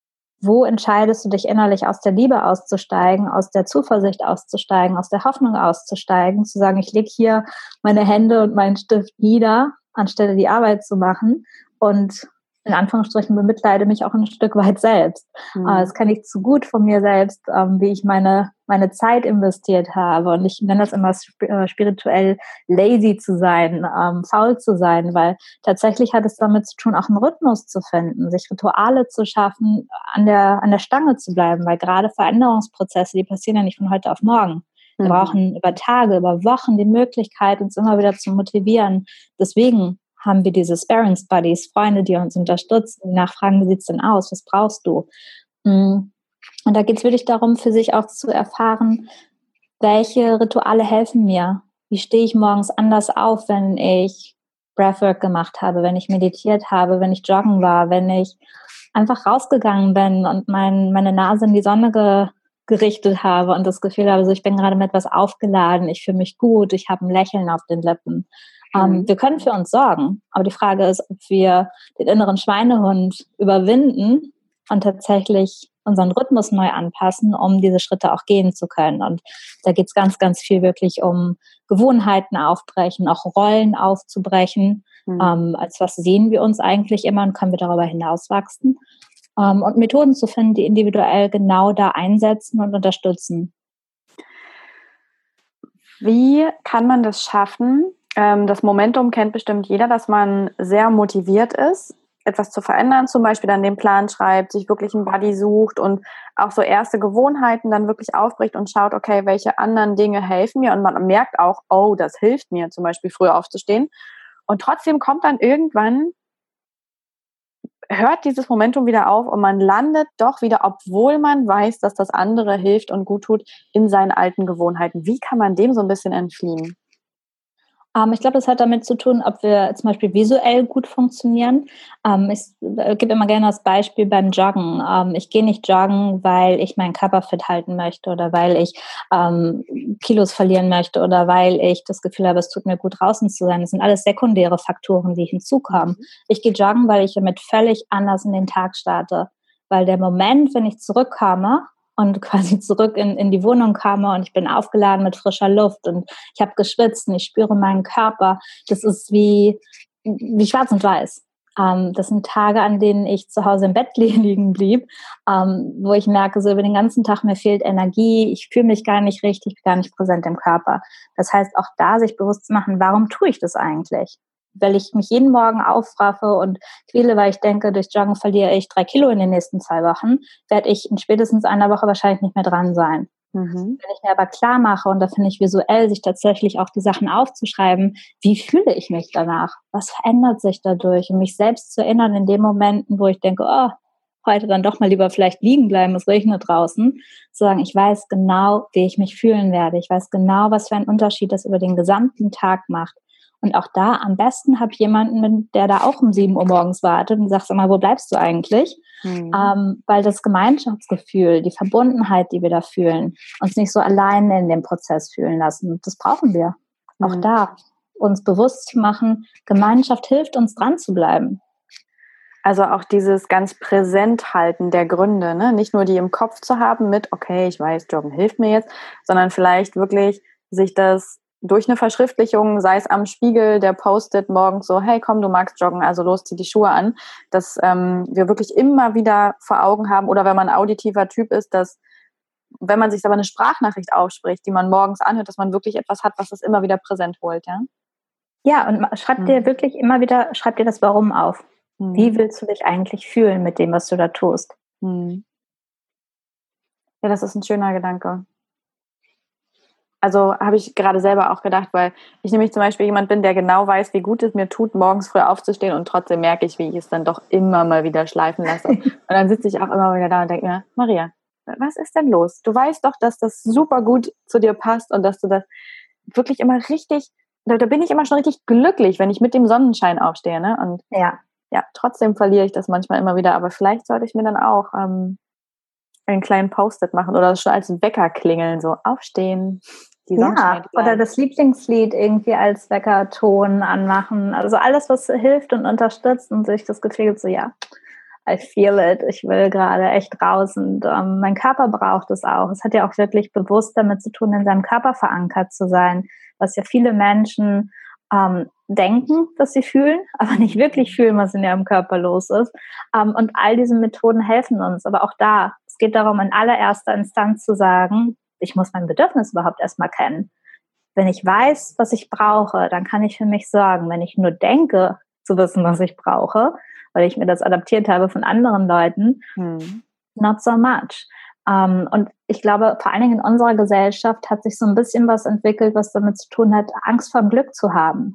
Wo entscheidest du dich innerlich, aus der Liebe auszusteigen, aus der Zuversicht auszusteigen, aus der Hoffnung auszusteigen, zu sagen, ich lege hier meine Hände und meinen Stift nieder, anstelle die Arbeit zu machen, und in Anführungsstrichen bemitleide mich auch ein Stück weit selbst. Mhm. Das kenne ich zu gut von mir selbst, wie ich meine meine Zeit investiert habe. Und ich nenne das immer spirituell lazy zu sein, faul zu sein, weil tatsächlich hat es damit zu tun, auch einen Rhythmus zu finden, sich Rituale zu schaffen, an der an der Stange zu bleiben, weil gerade Veränderungsprozesse, die passieren ja nicht von heute auf morgen. Wir mhm. brauchen über Tage, über Wochen die Möglichkeit, uns immer wieder zu motivieren. Deswegen haben wir diese Sparings Buddies, Freunde, die uns unterstützen, die nachfragen, wie sieht's denn aus, was brauchst du? Und da geht es wirklich darum, für sich auch zu erfahren, welche Rituale helfen mir. Wie stehe ich morgens anders auf, wenn ich Breathwork gemacht habe, wenn ich meditiert habe, wenn ich joggen war, wenn ich einfach rausgegangen bin und mein, meine Nase in die Sonne ge, gerichtet habe und das Gefühl habe, so, ich bin gerade mit etwas aufgeladen, ich fühle mich gut, ich habe ein Lächeln auf den Lippen. Mhm. Ähm, wir können für uns sorgen, aber die Frage ist, ob wir den inneren Schweinehund überwinden und tatsächlich unseren Rhythmus neu anpassen, um diese Schritte auch gehen zu können. Und da geht es ganz, ganz viel wirklich um Gewohnheiten aufbrechen, auch Rollen aufzubrechen. Mhm. Ähm, als was sehen wir uns eigentlich immer und können wir darüber hinauswachsen? Ähm, und Methoden zu finden, die individuell genau da einsetzen und unterstützen. Wie kann man das schaffen? Ähm, das Momentum kennt bestimmt jeder, dass man sehr motiviert ist, etwas zu verändern, zum Beispiel dann den Plan schreibt, sich wirklich einen Buddy sucht und auch so erste Gewohnheiten dann wirklich aufbricht und schaut, okay, welche anderen Dinge helfen mir, und man merkt auch, oh, das hilft mir, zum Beispiel früher aufzustehen, und trotzdem kommt dann irgendwann, hört dieses Momentum wieder auf und man landet doch wieder, obwohl man weiß, dass das andere hilft und gut tut, in seinen alten Gewohnheiten. Wie kann man dem so ein bisschen entfliehen? Ähm, ich glaube, das hat damit zu tun, ob wir zum Beispiel visuell gut funktionieren. Ähm, ich äh, gebe immer gerne das Beispiel beim Joggen. Ähm, ich gehe nicht joggen, weil ich meinen Körper fit halten möchte oder weil ich ähm, Kilos verlieren möchte oder weil ich das Gefühl habe, es tut mir gut, draußen zu sein. Das sind alles sekundäre Faktoren, die hinzukommen. Ich gehe joggen, weil ich damit völlig anders in den Tag starte. Weil der Moment, wenn ich zurückkomme und quasi zurück in, in die Wohnung komme und ich bin aufgeladen mit frischer Luft und ich habe geschwitzt und ich spüre meinen Körper. Das ist wie, wie schwarz und weiß. Ähm, das sind Tage, an denen ich zu Hause im Bett liegen blieb, ähm, wo ich merke, so über den ganzen Tag, mir fehlt Energie, ich fühle mich gar nicht richtig, gar nicht präsent im Körper. Das heißt, auch da sich bewusst zu machen, warum tue ich das eigentlich? Weil ich mich jeden Morgen aufraffe und quäle, weil ich denke, durch Joggen verliere ich drei Kilo in den nächsten zwei Wochen, werde ich in spätestens einer Woche wahrscheinlich nicht mehr dran sein. Mhm. Wenn ich mir aber klar mache, und da finde ich visuell, sich tatsächlich auch die Sachen aufzuschreiben, wie fühle ich mich danach? Was verändert sich dadurch? Und mich selbst zu erinnern in den Momenten, wo ich denke, oh, heute dann doch mal lieber vielleicht liegen bleiben, es regnet draußen, zu sagen, ich weiß genau, wie ich mich fühlen werde. Ich weiß genau, was für einen Unterschied das über den gesamten Tag macht. Und auch da am besten habe ich jemanden, der da auch um sieben Uhr morgens wartet und sagt, sag mal, wo bleibst du eigentlich? Mhm. Ähm, weil das Gemeinschaftsgefühl, die Verbundenheit, die wir da fühlen, uns nicht so alleine in dem Prozess fühlen lassen. Das brauchen wir. Mhm. Auch da uns bewusst zu machen, Gemeinschaft hilft uns dran zu bleiben. Also auch dieses ganz präsent halten der Gründe, ne? Nicht nur die im Kopf zu haben mit, okay, ich weiß, Joggen hilft mir jetzt, sondern vielleicht wirklich sich das durch eine Verschriftlichung, sei es am Spiegel, der postet morgens so, hey, komm, du magst joggen, also los, zieh die Schuhe an, dass ähm, wir wirklich immer wieder vor Augen haben, oder wenn man ein auditiver Typ ist, dass, wenn man sich aber eine Sprachnachricht aufspricht, die man morgens anhört, dass man wirklich etwas hat, was das immer wieder präsent holt, ja? Ja, und schreib dir hm. wirklich immer wieder, schreib dir das Warum auf. Hm. Wie willst du dich eigentlich fühlen mit dem, was du da tust? Hm. Ja, das ist ein schöner Gedanke. Also habe ich gerade selber auch gedacht, weil ich nämlich zum Beispiel jemand bin, der genau weiß, wie gut es mir tut, morgens früh aufzustehen, und trotzdem merke ich, wie ich es dann doch immer mal wieder schleifen lasse. Und dann sitze ich auch immer wieder da und denke mir, Maria, was ist denn los? Du weißt doch, dass das super gut zu dir passt und dass du das wirklich immer richtig, da, da bin ich immer schon richtig glücklich, wenn ich mit dem Sonnenschein aufstehe. Ne? Und ja. ja, trotzdem verliere ich das manchmal immer wieder. Aber vielleicht sollte ich mir dann auch ähm, einen kleinen Post-it machen oder schon als Wecker klingeln, so aufstehen. Die ja, oder das Lieblingslied irgendwie als Weckerton anmachen. Also alles, was hilft und unterstützt und sich das Gefühl gibt, so ja, I feel it, ich will gerade echt raus und ähm, mein Körper braucht es auch. Es hat ja auch wirklich bewusst damit zu tun, in seinem Körper verankert zu sein, was ja viele Menschen ähm, denken, dass sie fühlen, aber nicht wirklich fühlen, was in ihrem Körper los ist. Ähm, und all diese Methoden helfen uns. Aber auch da, es geht darum, in allererster Instanz zu sagen, ich muss mein Bedürfnis überhaupt erstmal kennen. Wenn ich weiß, was ich brauche, dann kann ich für mich sorgen. Wenn ich nur denke, zu wissen, was ich brauche, weil ich mir das adaptiert habe von anderen Leuten, hm. not so much. Um, und ich glaube, vor allen Dingen in unserer Gesellschaft hat sich so ein bisschen was entwickelt, was damit zu tun hat, Angst vor dem Glück zu haben.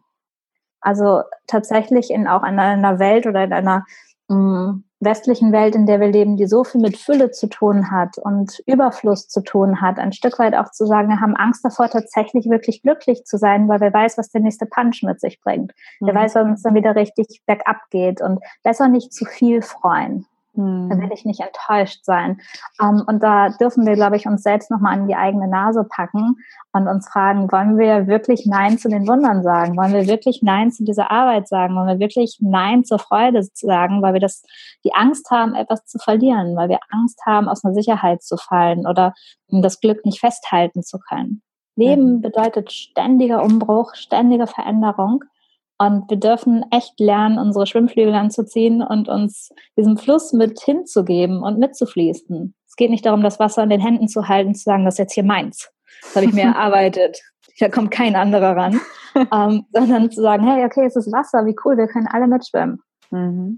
Also tatsächlich in auch in einer Welt oder in einer mh, westlichen Welt, in der wir leben, die so viel mit Fülle zu tun hat und Überfluss zu tun hat, ein Stück weit auch zu sagen, wir haben Angst davor, tatsächlich wirklich glücklich zu sein, weil wer weiß, was der nächste Punch mit sich bringt. Mhm. Wer weiß, wann es dann wieder richtig bergab geht, und besser nicht zu viel freuen. Mhm. Da will ich nicht enttäuscht sein. Um, und da dürfen wir, glaube ich, uns selbst nochmal an die eigene Nase packen und uns fragen, wollen wir wirklich Nein zu den Wundern sagen? Wollen wir wirklich Nein zu dieser Arbeit sagen? Wollen wir wirklich Nein zur Freude sagen, weil wir das, die Angst haben, etwas zu verlieren, weil wir Angst haben, aus einer Sicherheit zu fallen oder um das Glück nicht festhalten zu können? Leben mhm. bedeutet ständiger Umbruch, ständige Veränderung. Und wir dürfen echt lernen, unsere Schwimmflügel anzuziehen und uns diesem Fluss mit hinzugeben und mitzufließen. Es geht nicht darum, das Wasser in den Händen zu halten, zu sagen, das ist jetzt hier meins. Das habe ich mir erarbeitet. Da kommt kein anderer ran. ähm, sondern zu sagen, hey, okay, es ist Wasser, wie cool, wir können alle mitschwimmen. Mhm.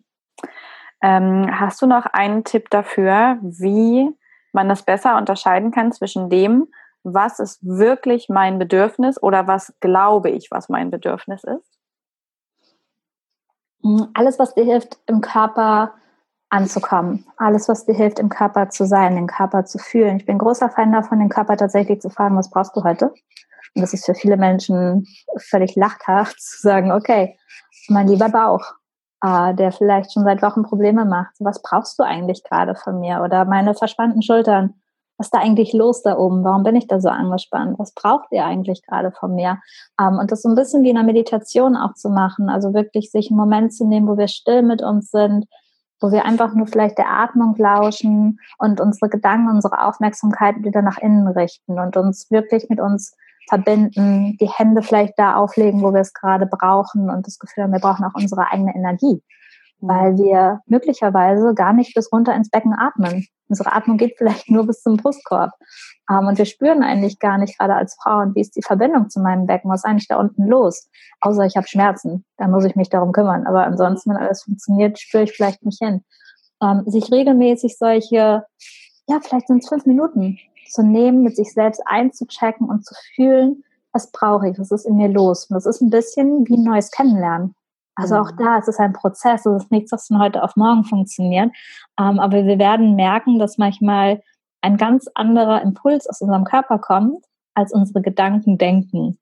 Ähm, hast du noch einen Tipp dafür, wie man das besser unterscheiden kann zwischen dem, was ist wirklich mein Bedürfnis oder was glaube ich, was mein Bedürfnis ist? Alles, was dir hilft, im Körper anzukommen. Alles, was dir hilft, im Körper zu sein, den Körper zu fühlen. Ich bin großer Fan davon, den Körper tatsächlich zu fragen, was brauchst du heute? Und das ist für viele Menschen völlig lachhaft, zu sagen, okay, mein lieber Bauch, äh, der vielleicht schon seit Wochen Probleme macht. Was brauchst du eigentlich gerade von mir? Oder meine verspannten Schultern. Was ist da eigentlich los da oben? Warum bin ich da so angespannt? Was braucht ihr eigentlich gerade von mir? Um, und das so ein bisschen wie in einer Meditation auch zu machen. Also wirklich sich einen Moment zu nehmen, wo wir still mit uns sind, wo wir einfach nur vielleicht der Atmung lauschen und unsere Gedanken, unsere Aufmerksamkeit wieder nach innen richten und uns wirklich mit uns verbinden, die Hände vielleicht da auflegen, wo wir es gerade brauchen und das Gefühl haben, wir brauchen auch unsere eigene Energie, weil wir möglicherweise gar nicht bis runter ins Becken atmen. Unsere Atmung geht vielleicht nur bis zum Brustkorb. Um, und wir spüren eigentlich gar nicht, gerade als Frauen, wie ist die Verbindung zu meinem Becken, was ist eigentlich da unten los? Außer ich habe Schmerzen, dann muss ich mich darum kümmern. Aber ansonsten, wenn alles funktioniert, spüre ich vielleicht nicht hin. Um, sich regelmäßig solche, ja, vielleicht sind es fünf Minuten zu nehmen, mit sich selbst einzuchecken und zu fühlen, was brauche ich, was ist in mir los? Und das ist ein bisschen wie ein neues Kennenlernen. Also auch da ist es ein Prozess, es ist nichts, was von heute auf morgen funktioniert. Um, aber wir werden merken, dass manchmal ein ganz anderer Impuls aus unserem Körper kommt, als unsere Gedanken denken.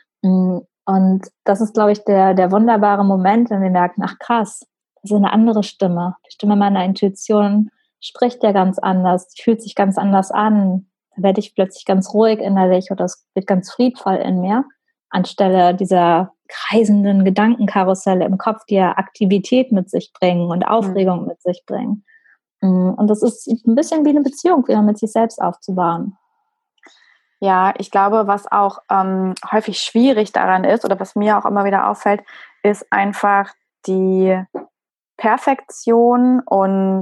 Und das ist, glaube ich, der, der wunderbare Moment, wenn wir merken, ach krass, das ist eine andere Stimme. Die Stimme meiner Intuition spricht ja ganz anders, die fühlt sich ganz anders an. Da werde ich plötzlich ganz ruhig innerlich oder es wird ganz friedvoll in mir, anstelle dieser kreisenden Gedankenkarusselle im Kopf, die ja Aktivität mit sich bringen und Aufregung mhm. mit sich bringen. Und das ist ein bisschen wie eine Beziehung wieder mit sich selbst aufzubauen. Ja, ich glaube, was auch ähm, häufig schwierig daran ist oder was mir auch immer wieder auffällt, ist einfach die Perfektion und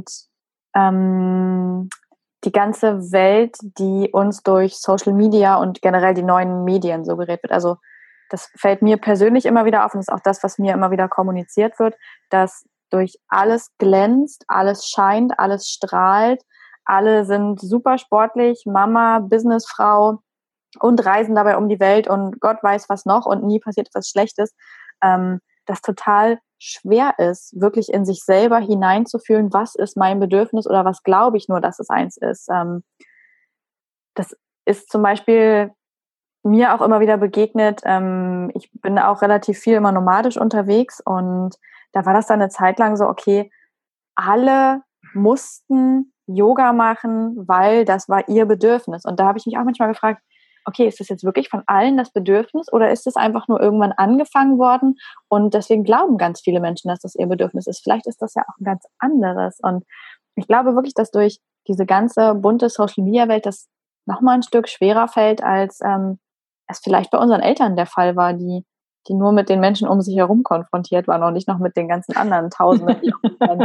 ähm, die ganze Welt, die uns durch Social Media und generell die neuen Medien suggeriert wird. Also das fällt mir persönlich immer wieder auf und ist auch das, was mir immer wieder kommuniziert wird, dass durch alles glänzt, alles scheint, alles strahlt, alle sind super sportlich, Mama, Businessfrau und reisen dabei um die Welt und Gott weiß was noch und nie passiert etwas Schlechtes, ähm, das total schwer ist, wirklich in sich selber hineinzufühlen, was ist mein Bedürfnis oder was glaube ich nur, dass es eins ist. Ähm, das ist zum Beispiel mir auch immer wieder begegnet. Ähm, ich bin auch relativ viel immer nomadisch unterwegs und da war das dann eine Zeit lang so, okay, alle mussten Yoga machen, weil das war ihr Bedürfnis. Und da habe ich mich auch manchmal gefragt, okay, ist das jetzt wirklich von allen das Bedürfnis oder ist es einfach nur irgendwann angefangen worden und deswegen glauben ganz viele Menschen, dass das ihr Bedürfnis ist. Vielleicht ist das ja auch ein ganz anderes. Und ich glaube wirklich, dass durch diese ganze bunte Social-Media-Welt das nochmal ein Stück schwerer fällt, als ähm, es vielleicht bei unseren Eltern der Fall war, die die nur mit den Menschen um sich herum konfrontiert waren und nicht noch mit den ganzen anderen Tausenden, die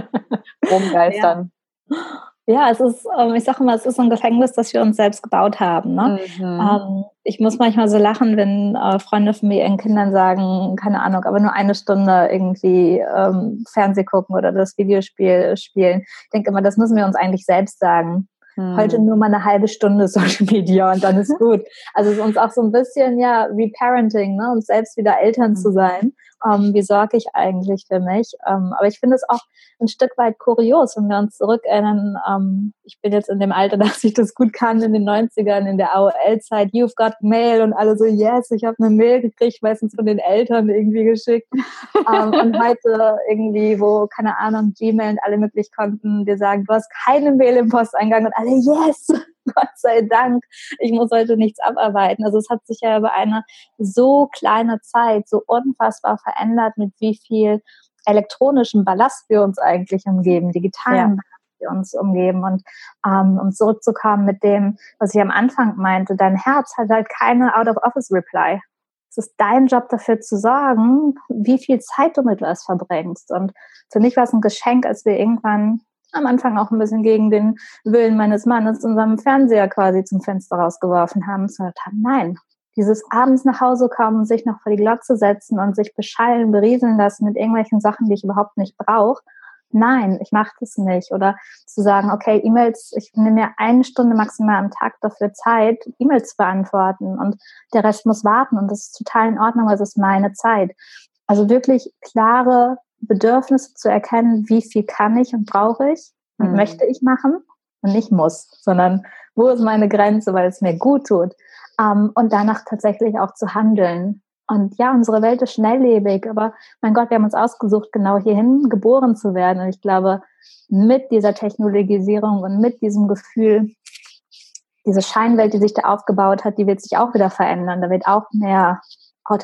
rumgeistern. Ja. Ja, es ist, ich sage immer, es ist so ein Gefängnis, das wir uns selbst gebaut haben. Ne? Mhm. Ähm, ich muss manchmal so lachen, wenn äh, Freunde von mir ihren Kindern sagen, keine Ahnung, aber nur eine Stunde irgendwie ähm, Fernseh gucken oder das Videospiel spielen. Ich denke immer, das müssen wir uns eigentlich selbst sagen. Hm. Heute nur mal eine halbe Stunde Social Media und dann ist gut. Also es ist uns auch so ein bisschen, ja, Reparenting, ne, uns selbst wieder Eltern hm. zu sein. Ähm, wie sorge ich eigentlich für mich? Ähm, aber ich finde es auch ein Stück weit kurios, wenn wir uns zurückerinnern. Ähm, ich bin jetzt in dem Alter, dass ich das gut kann, in den neunzigern, in der A O L-Zeit, You've got Mail und alle so, yes, ich habe eine Mail gekriegt, meistens von den Eltern irgendwie geschickt. ähm, und heute irgendwie, wo, keine Ahnung, Gmail und alle möglich konnten, dir sagen, du hast keine Mail im Posteingang und alle, yes, Gott sei Dank, ich muss heute nichts abarbeiten. Also es hat sich ja über eine so kleine Zeit so unfassbar verändert, mit wie viel elektronischen Ballast wir uns eigentlich umgeben, digitalen ja. Ballast wir uns umgeben. Und ähm, um zurückzukommen mit dem, was ich am Anfang meinte, dein Herz hat halt keine Out-of-Office-Reply. Es ist dein Job, dafür zu sorgen, wie viel Zeit du mit was verbringst. Und für mich war es ein Geschenk, als wir irgendwann am Anfang auch ein bisschen gegen den Willen meines Mannes unseren Fernseher quasi zum Fenster rausgeworfen haben und gesagt haben, nein, dieses abends nach Hause kommen, sich noch vor die Glotze setzen und sich beschallen, berieseln lassen mit irgendwelchen Sachen, die ich überhaupt nicht brauche. Nein, ich mache das nicht. Oder zu sagen, okay, E-Mails, ich nehme mir eine Stunde maximal am Tag dafür Zeit, E-Mails zu beantworten und der Rest muss warten und das ist total in Ordnung, weil es ist meine Zeit. Also wirklich klare Bedürfnisse zu erkennen, wie viel kann ich und brauche ich und hm. möchte ich machen und nicht muss, sondern wo ist meine Grenze, weil es mir gut tut, um, und danach tatsächlich auch zu handeln. Und ja, unsere Welt ist schnelllebig, aber mein Gott, wir haben uns ausgesucht, genau hierhin geboren zu werden. Und ich glaube, mit dieser Technologisierung und mit diesem Gefühl, diese Scheinwelt, die sich da aufgebaut hat, die wird sich auch wieder verändern. Da wird auch mehr Authentizität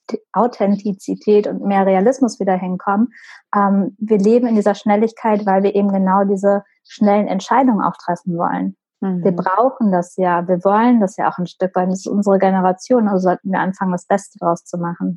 Authentizität und mehr Realismus wieder hinkommen. Ähm, wir leben in dieser Schnelligkeit, weil wir eben genau diese schnellen Entscheidungen auch treffen wollen. Mhm. Wir brauchen das ja, wir wollen das ja auch ein Stück weit. Das ist unsere Generation, also sollten wir anfangen, das Beste draus zu machen.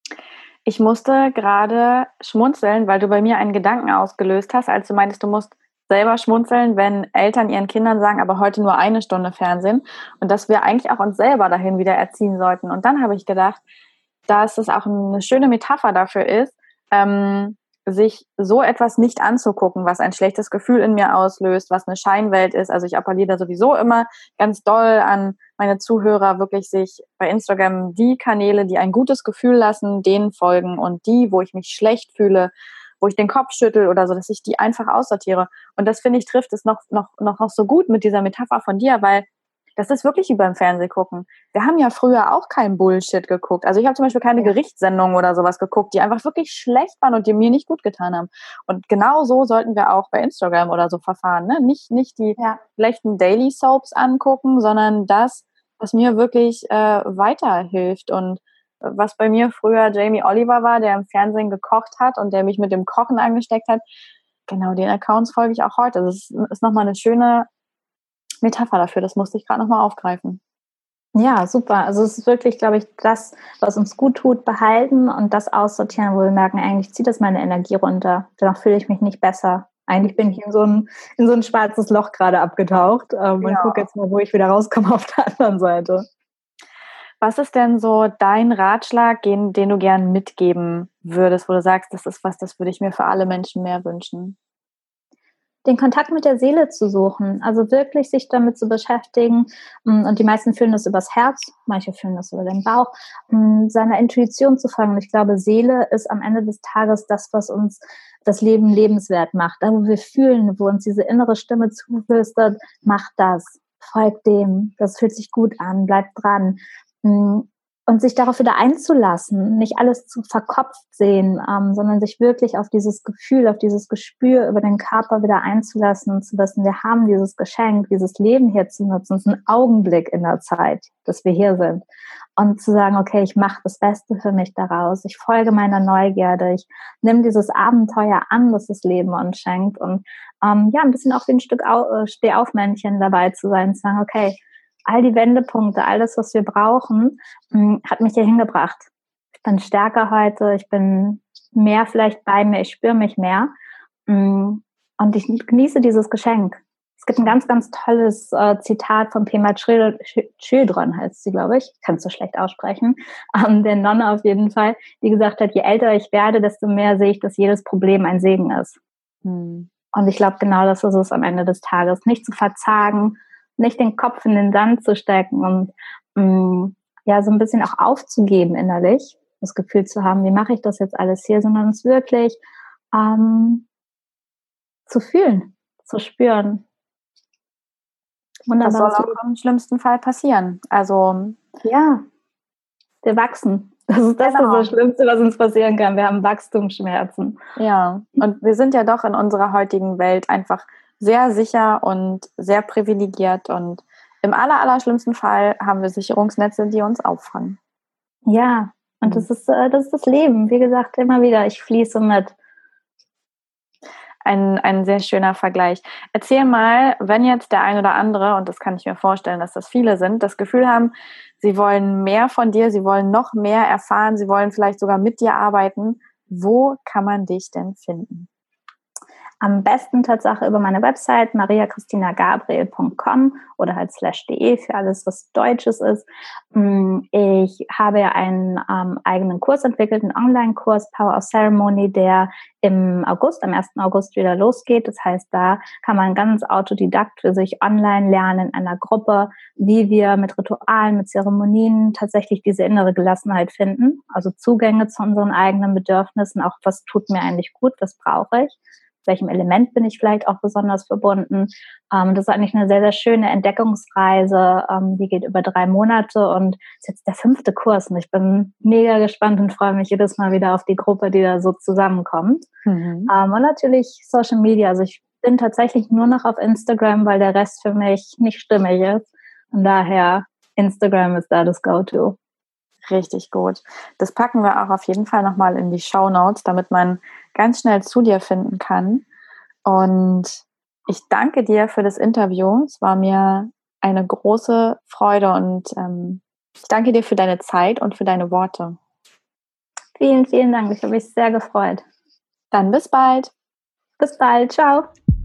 Ich musste gerade schmunzeln, weil du bei mir einen Gedanken ausgelöst hast, als du meintest, du musst selber schmunzeln, wenn Eltern ihren Kindern sagen, aber heute nur eine Stunde Fernsehen und dass wir eigentlich auch uns selber dahin wieder erziehen sollten. Und dann habe ich gedacht, dass es auch eine schöne Metapher dafür ist, ähm, sich so etwas nicht anzugucken, was ein schlechtes Gefühl in mir auslöst, was eine Scheinwelt ist. Also ich appelliere da sowieso immer ganz doll an meine Zuhörer, wirklich sich bei Instagram die Kanäle, die ein gutes Gefühl lassen, denen folgen und die, wo ich mich schlecht fühle, wo ich den Kopf schüttel oder so, dass ich die einfach aussortiere. Und das, finde ich, trifft es noch, noch, noch, noch so gut mit dieser Metapher von dir, weil das ist wirklich wie beim Fernsehen gucken. Wir haben ja früher auch kein Bullshit geguckt. Also ich habe zum Beispiel keine ja. Gerichtssendungen oder sowas geguckt, die einfach wirklich schlecht waren und die mir nicht gut getan haben. Und genau so sollten wir auch bei Instagram oder so verfahren. Ne? Nicht, nicht die ja. schlechten Daily Soaps angucken, sondern das, was mir wirklich äh, weiterhilft. Und was bei mir früher Jamie Oliver war, der im Fernsehen gekocht hat und der mich mit dem Kochen angesteckt hat, genau den Accounts folge ich auch heute. Das ist, ist nochmal eine schöne Metapher dafür, das musste ich gerade nochmal aufgreifen. Ja, super. Also es ist wirklich, glaube ich, das, was uns gut tut, behalten und das aussortieren, wo wir merken, eigentlich zieht das meine Energie runter. Danach fühle ich mich nicht besser. Eigentlich bin ich in so ein, in so ein schwarzes Loch gerade abgetaucht. Ähm, ja. Und gucke jetzt mal, wo ich wieder rauskomme auf der anderen Seite. Was ist denn so dein Ratschlag, den, den du gern mitgeben würdest, wo du sagst, das ist was, das würde ich mir für alle Menschen mehr wünschen? Den Kontakt mit der Seele zu suchen, also wirklich sich damit zu beschäftigen, und die meisten fühlen das übers Herz, manche fühlen das über den Bauch, seiner Intuition zu folgen. Ich glaube, Seele ist am Ende des Tages das, was uns das Leben lebenswert macht. Da, wo wir fühlen, wo uns diese innere Stimme zuflüstert, mach das, folg dem, das fühlt sich gut an, bleib dran. Und sich darauf wieder einzulassen, nicht alles zu verkopft sehen, ähm, sondern sich wirklich auf dieses Gefühl, auf dieses Gespür über den Körper wieder einzulassen und zu wissen, wir haben dieses Geschenk, dieses Leben hier zu nutzen, es ist ein Augenblick in der Zeit, dass wir hier sind. Und zu sagen, okay, ich mache das Beste für mich daraus, ich folge meiner Neugierde, ich nehme dieses Abenteuer an, das das Leben uns schenkt und ähm, ja, ein bisschen auch wie ein Stück Au- Stehaufmännchen dabei zu sein, zu sagen, okay, all die Wendepunkte, all das, was wir brauchen, hat mich hier hingebracht. Ich bin stärker heute, ich bin mehr vielleicht bei mir, ich spüre mich mehr und ich genieße dieses Geschenk. Es gibt ein ganz, ganz tolles äh, Zitat von Pema Chödrön, heißt sie, glaube ich, kann es so schlecht aussprechen, ähm, der Nonne auf jeden Fall, die gesagt hat, je älter ich werde, desto mehr sehe ich, dass jedes Problem ein Segen ist. Hm. Und ich glaube, genau das ist es am Ende des Tages. Nicht zu verzagen, nicht den Kopf in den Sand zu stecken und mh, ja, so ein bisschen auch aufzugeben innerlich, das Gefühl zu haben, wie mache ich das jetzt alles hier, sondern es wirklich ähm, zu fühlen, zu spüren. Das soll auch im schlimmsten Fall passieren. Also ja, wir wachsen. Das ist das, genau. Das, ist das Schlimmste, was uns passieren kann. Wir haben Wachstumsschmerzen. Ja, und wir sind ja doch in unserer heutigen Welt einfach sehr sicher und sehr privilegiert und im aller, aller schlimmsten Fall haben wir Sicherungsnetze, die uns auffangen. Ja, und mhm. das ist, das ist das Leben. Wie gesagt, immer wieder, ich fließe mit. Ein, ein sehr schöner Vergleich. Erzähl mal, wenn jetzt der ein oder andere, und das kann ich mir vorstellen, dass das viele sind, das Gefühl haben, sie wollen mehr von dir, sie wollen noch mehr erfahren, sie wollen vielleicht sogar mit dir arbeiten. Wo kann man dich denn finden? Am besten Tatsache über meine Website maria christina gabriel punkt com oder halt slash de für alles, was Deutsches ist. Ich habe ja einen ähm, eigenen Kurs entwickelt, einen Online-Kurs Power of Ceremony, der im August, am ersten August wieder losgeht. Das heißt, da kann man ganz autodidakt für sich online lernen in einer Gruppe, wie wir mit Ritualen, mit Zeremonien tatsächlich diese innere Gelassenheit finden. Also Zugänge zu unseren eigenen Bedürfnissen, auch was tut mir eigentlich gut, was brauche ich. Welchem Element bin ich vielleicht auch besonders verbunden. Ähm, das ist eigentlich eine sehr, sehr schöne Entdeckungsreise. Ähm, die geht über drei Monate und ist jetzt der fünfte Kurs. Und ich bin mega gespannt und freue mich jedes Mal wieder auf die Gruppe, die da so zusammenkommt. Mhm. Ähm, und natürlich Social Media. Also ich bin tatsächlich nur noch auf Instagram, weil der Rest für mich nicht stimmig ist. Und daher Instagram ist da das Go-To. Richtig gut. Das packen wir auch auf jeden Fall nochmal in die Shownotes, damit man ganz schnell zu dir finden kann. Und ich danke dir für das Interview. Es war mir eine große Freude und ähm, ich danke dir für deine Zeit und für deine Worte. Vielen, vielen Dank. Ich habe mich sehr gefreut. Dann bis bald. Bis bald. Ciao.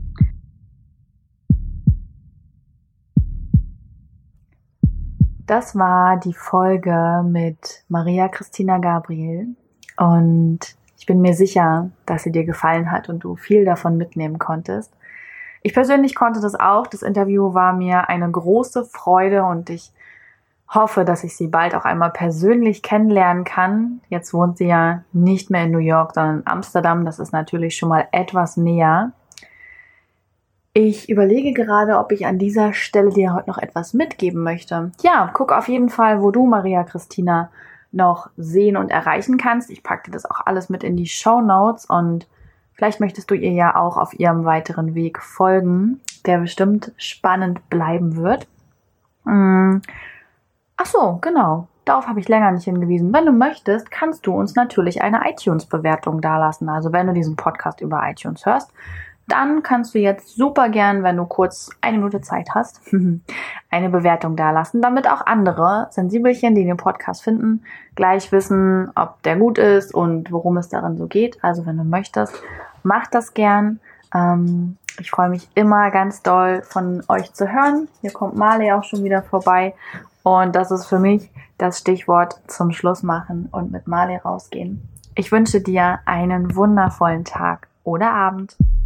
Das war die Folge mit Maria Christina Gabriel und ich bin mir sicher, dass sie dir gefallen hat und du viel davon mitnehmen konntest. Ich persönlich konnte das auch. Das Interview war mir eine große Freude und ich hoffe, dass ich sie bald auch einmal persönlich kennenlernen kann. Jetzt wohnt sie ja nicht mehr in New York, sondern in Amsterdam. Das ist natürlich schon mal etwas näher. Ich überlege gerade, ob ich an dieser Stelle dir heute noch etwas mitgeben möchte. Ja, guck auf jeden Fall, wo du Maria Christina noch sehen und erreichen kannst. Ich packe dir das auch alles mit in die Shownotes und vielleicht möchtest du ihr ja auch auf ihrem weiteren Weg folgen, der bestimmt spannend bleiben wird. Hm. Ach so, genau. Darauf habe ich länger nicht hingewiesen. Wenn du möchtest, kannst du uns natürlich eine iTunes-Bewertung dalassen. Also wenn du diesen Podcast über iTunes hörst, dann kannst du jetzt super gern, wenn du kurz eine Minute Zeit hast, eine Bewertung dalassen, damit auch andere Sensibelchen, die den Podcast finden, gleich wissen, ob der gut ist und worum es darin so geht. Also wenn du möchtest, mach das gern. Ähm, ich freue mich immer ganz doll von euch zu hören. Hier kommt Marley auch schon wieder vorbei. Und das ist für mich das Stichwort zum Schluss machen und mit Marley rausgehen. Ich wünsche dir einen wundervollen Tag oder Abend.